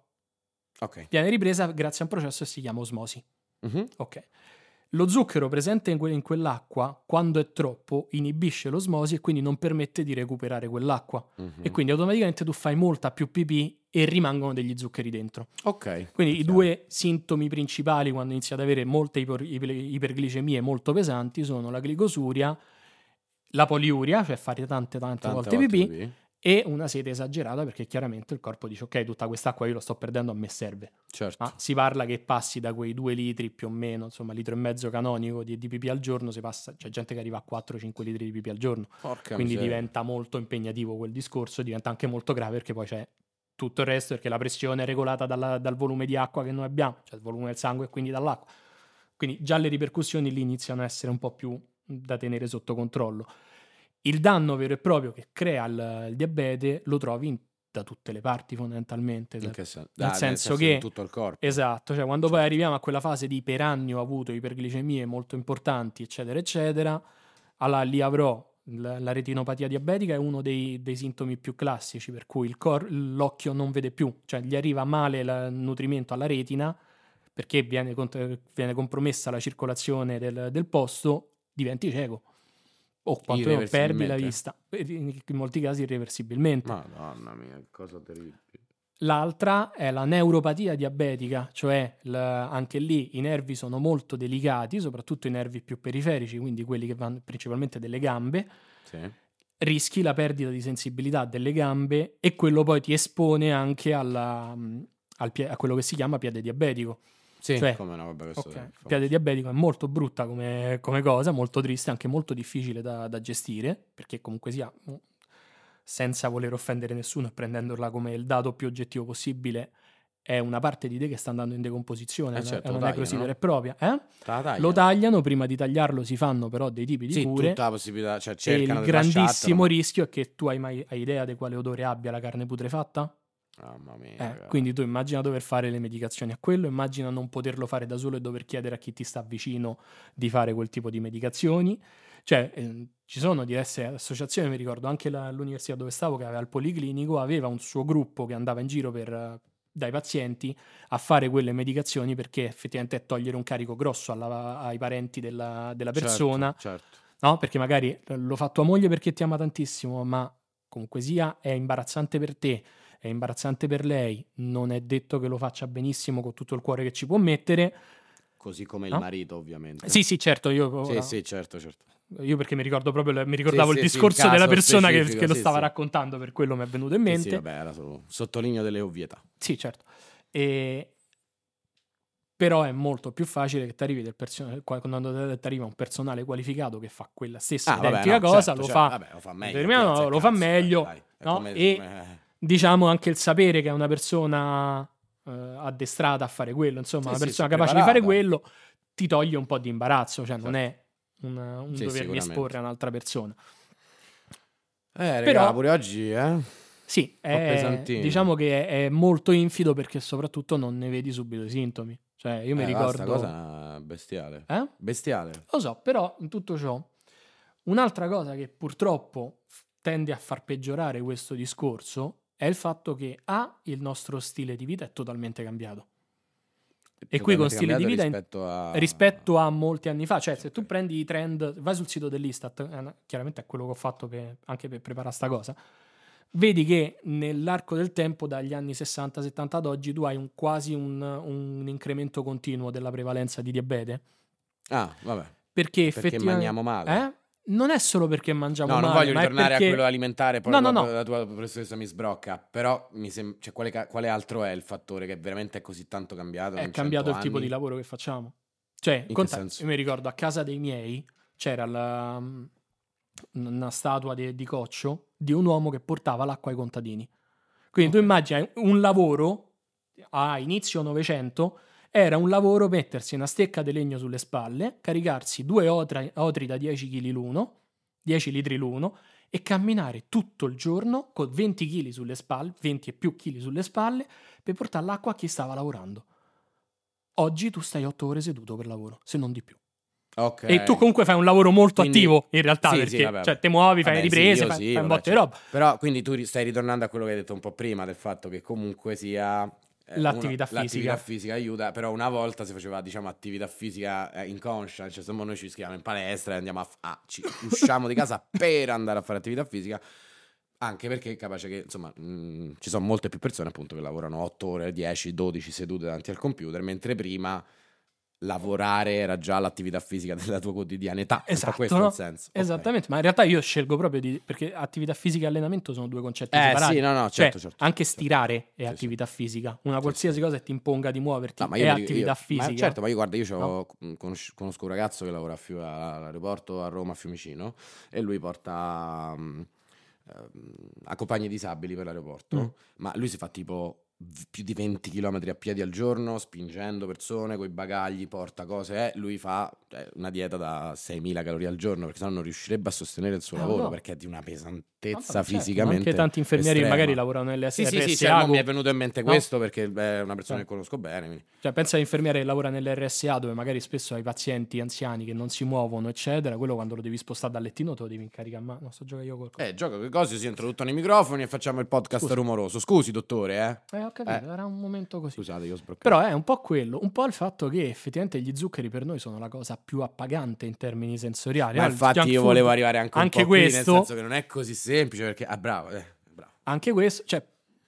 Speaker 1: Ok.
Speaker 2: Viene ripresa grazie a un processo che si chiama osmosi.
Speaker 1: Uh-huh.
Speaker 2: Ok. Lo zucchero presente in, que- in quell'acqua, quando è troppo, inibisce l'osmosi e quindi non permette di recuperare quell'acqua. Uh-huh. E quindi automaticamente tu fai molta più pipì e rimangono degli zuccheri dentro.
Speaker 1: Ok.
Speaker 2: Quindi i due sintomi principali quando inizi ad avere molte iper- iper- iperglicemie molto pesanti sono la glicosuria, la poliuria, cioè fare tante tante, tante volte, volte pipì, pipì, e una sete esagerata perché chiaramente il corpo dice ok, tutta quest'acqua io lo sto perdendo, a me serve.
Speaker 1: Certo.
Speaker 2: Ma si parla che passi da quei due litri più o meno, insomma litro e mezzo canonico di, di pipì al giorno, si passa, c'è gente che arriva a quattro cinque litri di pipì al giorno.
Speaker 1: Porca
Speaker 2: quindi
Speaker 1: miseria.
Speaker 2: Diventa molto impegnativo quel discorso, diventa anche molto grave perché poi c'è tutto il resto, perché la pressione è regolata dalla, dal volume di acqua che noi abbiamo, cioè il volume del sangue e quindi dall'acqua. Quindi già le ripercussioni lì iniziano a essere un po' più da tenere sotto controllo. Il danno vero e proprio che crea il, il diabete lo trovi in, da tutte le parti fondamentalmente.
Speaker 1: In che sen-
Speaker 2: nel,
Speaker 1: ah,
Speaker 2: senso
Speaker 1: nel senso
Speaker 2: che
Speaker 1: in tutto il corpo.
Speaker 2: Esatto, cioè quando
Speaker 1: certo.
Speaker 2: poi arriviamo a quella fase di per anni ho avuto iperglicemie molto importanti, eccetera, eccetera, allora lì avrò la, la retinopatia diabetica, è uno dei, dei sintomi più classici, per cui il cor- l'occhio non vede più, cioè gli arriva male il nutrimento alla retina perché viene, cont- viene compromessa la circolazione del, del posto, diventi cieco. O quantomeno perdi la vista, in molti casi irreversibilmente.
Speaker 1: Madonna mia, cosa terribile.
Speaker 2: L'altra è la neuropatia diabetica, cioè l- anche lì i nervi sono molto delicati, soprattutto i nervi più periferici, quindi quelli che vanno principalmente delle gambe.
Speaker 1: Sì.
Speaker 2: Rischi la perdita di sensibilità delle gambe e quello poi ti espone anche alla, al pie- a quello che si chiama piede diabetico.
Speaker 1: Sì,
Speaker 2: cioè,
Speaker 1: come no, vabbè, questo
Speaker 2: okay. Il piede diabetico è molto brutta come, come cosa, molto triste, anche molto difficile da, da gestire, perché comunque sia, senza voler offendere nessuno e prendendola come il dato più oggettivo possibile, è una parte di te che sta andando in decomposizione,
Speaker 1: eh certo,
Speaker 2: è una necrosi vera e propria. Eh?
Speaker 1: Taglia.
Speaker 2: Lo tagliano, prima di tagliarlo si fanno però dei tipi di
Speaker 1: sì,
Speaker 2: cure.
Speaker 1: Tutta la possibilità, cioè
Speaker 2: e il
Speaker 1: cercano di
Speaker 2: grandissimo
Speaker 1: lasciartelo, ma...
Speaker 2: rischio è che tu hai mai hai idea di quale odore abbia la carne putrefatta?
Speaker 1: Mamma mia.
Speaker 2: Eh, quindi tu immagina dover fare le medicazioni a quello, immagina non poterlo fare da solo e dover chiedere a chi ti sta vicino di fare quel tipo di medicazioni. Cioè, eh, ci sono diverse associazioni, mi ricordo anche la, l'università dove stavo, che aveva il policlinico, aveva un suo gruppo che andava in giro per, dai pazienti a fare quelle medicazioni, perché effettivamente è togliere un carico grosso alla, ai parenti della, della persona.
Speaker 1: Certo, certo.
Speaker 2: No? Perché magari lo fa tua moglie perché ti ama tantissimo, ma comunque sia è imbarazzante per te, è imbarazzante per lei, non è detto che lo faccia benissimo con tutto il cuore che ci può mettere.
Speaker 1: Così come
Speaker 2: no?
Speaker 1: il marito, ovviamente.
Speaker 2: Sì, sì, certo. Io,
Speaker 1: sì, sì, certo, certo.
Speaker 2: Io perché mi ricordo proprio, mi ricordavo
Speaker 1: sì,
Speaker 2: il
Speaker 1: sì,
Speaker 2: discorso
Speaker 1: sì,
Speaker 2: della persona che, che lo
Speaker 1: sì,
Speaker 2: stava
Speaker 1: sì.
Speaker 2: raccontando, per quello mi è venuto in mente.
Speaker 1: Sì, sì, vabbè, era solo sottolineo delle ovvietà.
Speaker 2: Sì, certo. E... Però è molto più facile che ti arrivi del personale, quando ti arriva un personale qualificato che fa quella stessa
Speaker 1: ah,
Speaker 2: identica
Speaker 1: vabbè, no,
Speaker 2: cosa,
Speaker 1: certo,
Speaker 2: lo,
Speaker 1: certo,
Speaker 2: fa,
Speaker 1: vabbè, lo fa meglio,
Speaker 2: lo, lo fa
Speaker 1: cazzo,
Speaker 2: meglio
Speaker 1: dai, dai,
Speaker 2: no?
Speaker 1: come,
Speaker 2: e
Speaker 1: come...
Speaker 2: diciamo anche il sapere che è una persona eh, addestrata a fare quello, insomma, sì, una persona
Speaker 1: sì,
Speaker 2: capace
Speaker 1: preparata.
Speaker 2: di fare quello ti toglie un po' di imbarazzo, cioè certo. non è un, un
Speaker 1: sì,
Speaker 2: dovermi esporre a un'altra persona.
Speaker 1: Eh,
Speaker 2: Però
Speaker 1: raga, pure oggi, eh?
Speaker 2: Sì, è, diciamo che è, è molto infido perché soprattutto non ne vedi subito i sintomi. Cioè, io
Speaker 1: eh,
Speaker 2: mi ricordo...
Speaker 1: Questa cosa è bestiale.
Speaker 2: Eh?
Speaker 1: Bestiale.
Speaker 2: Lo so, però in tutto ciò, un'altra cosa che purtroppo tende a far peggiorare questo discorso è il fatto che A, il nostro stile di vita è totalmente cambiato. E qui con stile di vita
Speaker 1: rispetto, in, a...
Speaker 2: rispetto a molti anni fa, cioè okay. Se tu prendi i trend, vai sul sito dell'Istat, eh, chiaramente è quello che ho fatto per, anche per preparare sta cosa, vedi che nell'arco del tempo, dagli anni sessanta settanta ad oggi, tu hai un, quasi un, un incremento continuo della prevalenza di diabete.
Speaker 1: Ah, vabbè.
Speaker 2: Perché,
Speaker 1: perché mangiamo male.
Speaker 2: Eh? Non è solo perché mangiamo
Speaker 1: no,
Speaker 2: male.
Speaker 1: No, non voglio ritornare
Speaker 2: perché...
Speaker 1: a quello alimentare, poi
Speaker 2: no,
Speaker 1: la,
Speaker 2: no,
Speaker 1: tua,
Speaker 2: no.
Speaker 1: la tua professoressa mi sbrocca. Però mi sem- cioè, quale, quale altro è il fattore che veramente è così tanto cambiato?
Speaker 2: È cambiato il anni? tipo di lavoro che facciamo. Cioè, conta, io mi ricordo a casa dei miei c'era la, una statua di, di Coccio di un uomo che portava l'acqua ai contadini. Quindi okay. Tu immagini un lavoro a inizio Novecento. Era un lavoro mettersi una stecca di legno sulle spalle, caricarsi due otri, otri da dieci chili l'uno, dieci litri l'uno, e camminare tutto il giorno con venti chili sulle spalle, venti e più chili sulle spalle, per portare l'acqua a chi stava lavorando. Oggi tu stai otto ore seduto per lavoro, se non di più.
Speaker 1: Okay.
Speaker 2: E tu comunque fai un lavoro molto quindi, attivo in realtà,
Speaker 1: sì,
Speaker 2: perché
Speaker 1: sì, vabbè,
Speaker 2: cioè, te muovi, fai
Speaker 1: vabbè,
Speaker 2: riprese,
Speaker 1: sì,
Speaker 2: fai,
Speaker 1: sì,
Speaker 2: fai un
Speaker 1: vabbè,
Speaker 2: botto di roba.
Speaker 1: Però quindi tu stai ritornando a quello che hai detto un po' prima, del fatto che comunque sia...
Speaker 2: L'attività
Speaker 1: una,
Speaker 2: fisica.
Speaker 1: L'attività fisica aiuta, però una volta si faceva, diciamo, attività fisica eh, inconscia, cioè insomma noi ci iscriviamo in palestra e andiamo a, a ci, usciamo di casa per andare a fare attività fisica, anche perché è capace che insomma mh, ci sono molte più persone appunto che lavorano otto ore, dieci, dodici sedute davanti al computer, mentre prima lavorare era già l'attività fisica della tua quotidianità.
Speaker 2: Esatto,
Speaker 1: un po' questo
Speaker 2: no?
Speaker 1: è il senso.
Speaker 2: Esattamente, okay. Ma in realtà io scelgo proprio di... perché attività fisica e allenamento sono due concetti
Speaker 1: eh,
Speaker 2: separati.
Speaker 1: Sì, no, no,
Speaker 2: cioè,
Speaker 1: certo, certo,
Speaker 2: anche
Speaker 1: certo,
Speaker 2: stirare
Speaker 1: certo.
Speaker 2: è
Speaker 1: sì,
Speaker 2: attività
Speaker 1: sì.
Speaker 2: fisica. Una
Speaker 1: sì,
Speaker 2: qualsiasi
Speaker 1: sì.
Speaker 2: cosa che ti imponga di muoverti
Speaker 1: no,
Speaker 2: è
Speaker 1: io,
Speaker 2: attività
Speaker 1: io,
Speaker 2: fisica.
Speaker 1: Ma certo, ma io guarda, io
Speaker 2: no?
Speaker 1: conosco, conosco un ragazzo che lavora a Fiu- all'aeroporto a Roma, a Fiumicino, e lui porta um, accompagni disabili per l'aeroporto, mm. ma lui si fa tipo più di venti chilometri a piedi al giorno, spingendo persone coi bagagli, porta cose, eh, lui fa eh, una dieta da seimila calorie al giorno, perché sennò non riuscirebbe a sostenere il suo eh, lavoro, no. perché è di una pesantezza no, fisicamente
Speaker 2: certo, anche tanti infermieri
Speaker 1: estrema.
Speaker 2: Magari lavorano nelle
Speaker 1: sì,
Speaker 2: R S A.
Speaker 1: Sì, sì, cioè, mi è venuto in mente
Speaker 2: no?
Speaker 1: questo perché è una persona eh. che conosco bene. Quindi.
Speaker 2: Cioè, pensa all'infermiere che lavora nell'R S A, dove magari spesso hai pazienti anziani che non si muovono, eccetera. Quello quando lo devi spostare dal lettino te lo devi incaricare a mano. Sto giocando io col
Speaker 1: Eh, gioca che cose, si introdotto nei microfoni e facciamo il podcast Scusi. rumoroso. Scusi, dottore, eh.
Speaker 2: Eh, ho capito, eh. era un momento così.
Speaker 1: Scusate, io ho sbroccato.
Speaker 2: Però è un po' quello, un po' il fatto che effettivamente gli zuccheri per noi sono la cosa più appagante in termini sensoriali.
Speaker 1: Ma
Speaker 2: no?
Speaker 1: infatti io
Speaker 2: food,
Speaker 1: volevo arrivare anche un
Speaker 2: anche
Speaker 1: po'
Speaker 2: questo,
Speaker 1: qui, nel senso che non è così semplice, perché ah, bravo, eh, bravo.
Speaker 2: Anche questo, cioè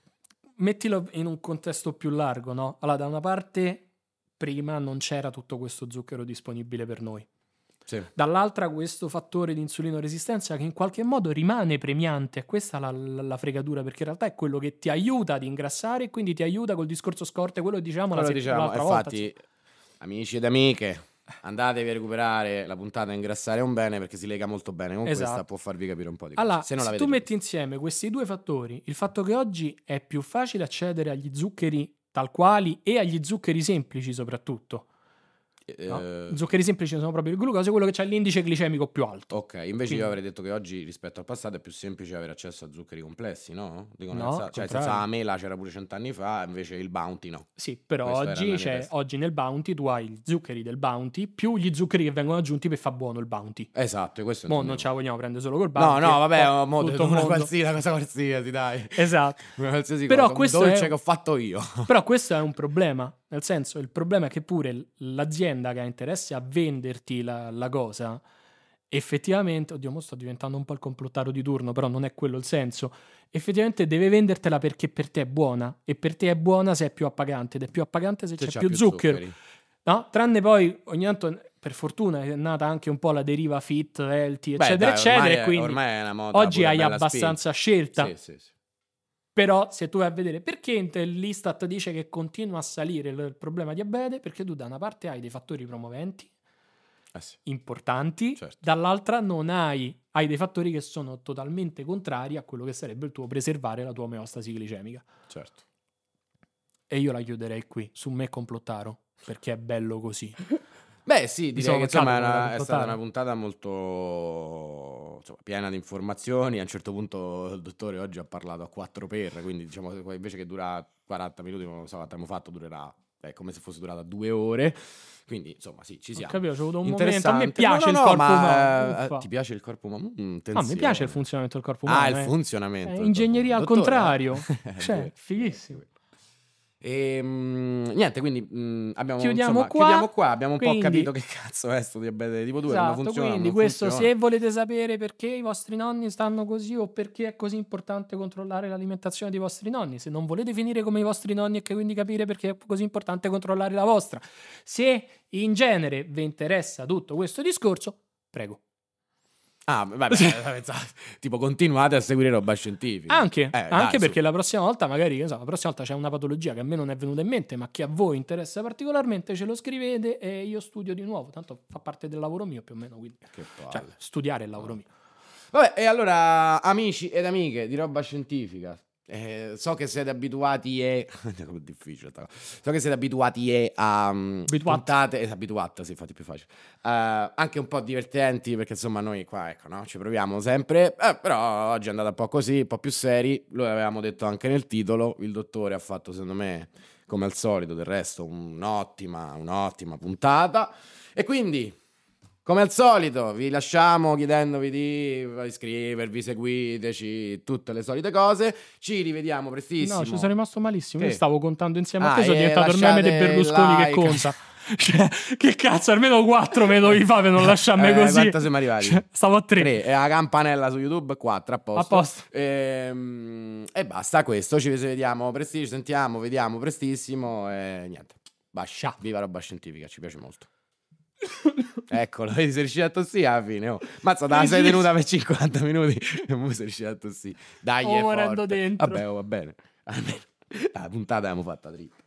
Speaker 2: mettilo in un contesto più largo, no? Allora, da una parte prima non c'era tutto questo zucchero disponibile per noi.
Speaker 1: Sì.
Speaker 2: Dall'altra questo fattore di insulinoresistenza che in qualche modo rimane premiante, e questa è la, la, la fregatura, perché in realtà è quello che ti aiuta ad ingrassare e quindi ti aiuta col discorso scorte, quello diciamo
Speaker 1: quello
Speaker 2: la
Speaker 1: diciamo,
Speaker 2: l'altra
Speaker 1: infatti,
Speaker 2: volta.
Speaker 1: Amici ed amiche, andatevi a recuperare la puntata Ingrassare è un bene, perché si lega molto bene con esatto. questa, può farvi capire un po' di cose.
Speaker 2: Allora,
Speaker 1: se, non
Speaker 2: se tu metti insieme questi due fattori, il fatto che oggi è più facile accedere agli zuccheri tal quali e agli zuccheri semplici soprattutto, No? Eh, zuccheri semplici sono proprio il glucosio, quello che ha l'indice glicemico più alto.
Speaker 1: Ok, invece Quindi... io avrei detto che oggi rispetto al passato è più semplice avere accesso a zuccheri complessi, no? Dicono
Speaker 2: no,
Speaker 1: sa- cioè senza la mela c'era pure cent'anni fa, invece il Bounty no.
Speaker 2: Sì, però oggi, cioè, oggi nel Bounty tu hai gli zuccheri del Bounty più gli zuccheri che vengono aggiunti per far buono il Bounty.
Speaker 1: Esatto, questo
Speaker 2: Mo non ce la vogliamo prendere solo col Bounty.
Speaker 1: No, no, vabbè, oh, mo tutto una qualsiasi, una cosa qualsiasi, dai.
Speaker 2: Esatto.
Speaker 1: Una qualsiasi
Speaker 2: però
Speaker 1: cosa,
Speaker 2: questo
Speaker 1: un dolce
Speaker 2: è...
Speaker 1: che ho fatto io.
Speaker 2: Però questo è un problema. Nel senso, il problema è che pure l'azienda che ha interesse a venderti la, la cosa, effettivamente, oddio, mo sto diventando un po' il complottaro di turno, però non è quello il senso, effettivamente deve vendertela perché per te è buona, e per te è buona se è più appagante, ed è più appagante se, se c'è, c'è più, più zucchero. No? Tranne poi, ogni tanto, per fortuna, è nata anche un po' la deriva fit, healthy,
Speaker 1: Beh,
Speaker 2: eccetera,
Speaker 1: dai,
Speaker 2: eccetera,
Speaker 1: ormai
Speaker 2: e quindi
Speaker 1: è, ormai è una moda
Speaker 2: oggi hai abbastanza
Speaker 1: spinta.
Speaker 2: scelta.
Speaker 1: Sì, sì, sì.
Speaker 2: Però se tu vai a vedere perché l'Istat dice che continua a salire il problema diabete, perché tu da una parte hai dei fattori promoventi
Speaker 1: eh sì.
Speaker 2: importanti,
Speaker 1: certo.
Speaker 2: dall'altra non hai, hai dei fattori che sono totalmente contrari a quello che sarebbe il tuo preservare la tua omeostasi glicemica.
Speaker 1: Certo.
Speaker 2: E io la chiuderei qui, su me complottaro, perché è bello così.
Speaker 1: Beh sì, direi che insomma è, una, è stata una puntata molto insomma, piena di informazioni. A un certo punto il dottore oggi ha parlato a quattro per, quindi diciamo invece che dura quaranta minuti, non lo so quanto abbiamo fatto, durerà è come se fosse durata due ore. Quindi insomma sì, ci siamo.
Speaker 2: Ho capito, c'è avuto un momento. A me piace
Speaker 1: no, no,
Speaker 2: il corpo
Speaker 1: ma,
Speaker 2: umano.
Speaker 1: Ti piace il corpo umano? Mm,
Speaker 2: no, mi piace il funzionamento del corpo umano.
Speaker 1: Ah, il
Speaker 2: eh.
Speaker 1: funzionamento.
Speaker 2: È ingegneria al
Speaker 1: dottore,
Speaker 2: contrario.
Speaker 1: eh?
Speaker 2: Cioè, fighissimo.
Speaker 1: E mh, niente, quindi mh, abbiamo,
Speaker 2: chiudiamo,
Speaker 1: insomma,
Speaker 2: qua,
Speaker 1: chiudiamo qua. Abbiamo
Speaker 2: quindi,
Speaker 1: un po' capito che cazzo è sto diabete tipo due.
Speaker 2: Esatto,
Speaker 1: come funziona,
Speaker 2: quindi
Speaker 1: non
Speaker 2: questo
Speaker 1: funziona.
Speaker 2: Se volete sapere perché i vostri nonni stanno così o perché è così importante controllare l'alimentazione dei vostri nonni, se non volete finire come i vostri nonni e che quindi capire perché è così importante controllare la vostra, se in genere vi interessa tutto questo discorso, prego.
Speaker 1: Ah, vabbè, tipo continuate a seguire roba scientifica.
Speaker 2: Anche,
Speaker 1: eh,
Speaker 2: anche
Speaker 1: dai,
Speaker 2: perché
Speaker 1: su.
Speaker 2: la prossima volta magari, so, la prossima volta c'è una patologia che a me non è venuta in mente, ma che a voi interessa particolarmente, ce lo scrivete e io studio di nuovo. Tanto fa parte del lavoro mio più o meno, quindi
Speaker 1: che
Speaker 2: cioè, studiare è il lavoro
Speaker 1: oh.
Speaker 2: mio.
Speaker 1: Vabbè, e allora, amici ed amiche di roba scientifica, eh, so che siete abituati e è difficile, so che siete abituati e a um, puntate eh, abituate, sì, fate più facile, uh, anche un po' divertenti, perché insomma noi qua ecco no ci proviamo sempre, eh, però oggi è andata un po' così, un po' più seri. Lo avevamo detto anche nel titolo, il dottore ha fatto secondo me come al solito del resto un'ottima un'ottima puntata, e quindi come al solito vi lasciamo chiedendovi di iscrivervi, seguiteci, tutte le solite cose. Ci rivediamo prestissimo.
Speaker 2: No, ci sono rimasto malissimo.
Speaker 1: Che?
Speaker 2: Io stavo contando insieme
Speaker 1: ah,
Speaker 2: a te, sono diventato il meme di Berlusconi
Speaker 1: like.
Speaker 2: che conta. Cioè, che cazzo, almeno quattro me lo devi fare per non lasciarmi
Speaker 1: eh,
Speaker 2: così.
Speaker 1: Quanto siamo arrivati?
Speaker 2: Cioè, stavo a tre.
Speaker 1: tre. E la campanella su YouTube quattro, a posto.
Speaker 2: A posto.
Speaker 1: E, e basta questo. Ci vediamo prestissimo, sentiamo, vediamo prestissimo e niente. Bascia. Viva roba scientifica, ci piace molto. Eccolo, vedi, sei riuscito a tossire alla fine. Oh. Mazza, te la sei tenuta per cinquanta minuti e ora sei riuscito a tossire. Dai,
Speaker 2: oh,
Speaker 1: è
Speaker 2: morendo
Speaker 1: forte.
Speaker 2: dentro.
Speaker 1: Vabbè, oh, va bene. Almeno la puntata l'abbiamo fatta dritta.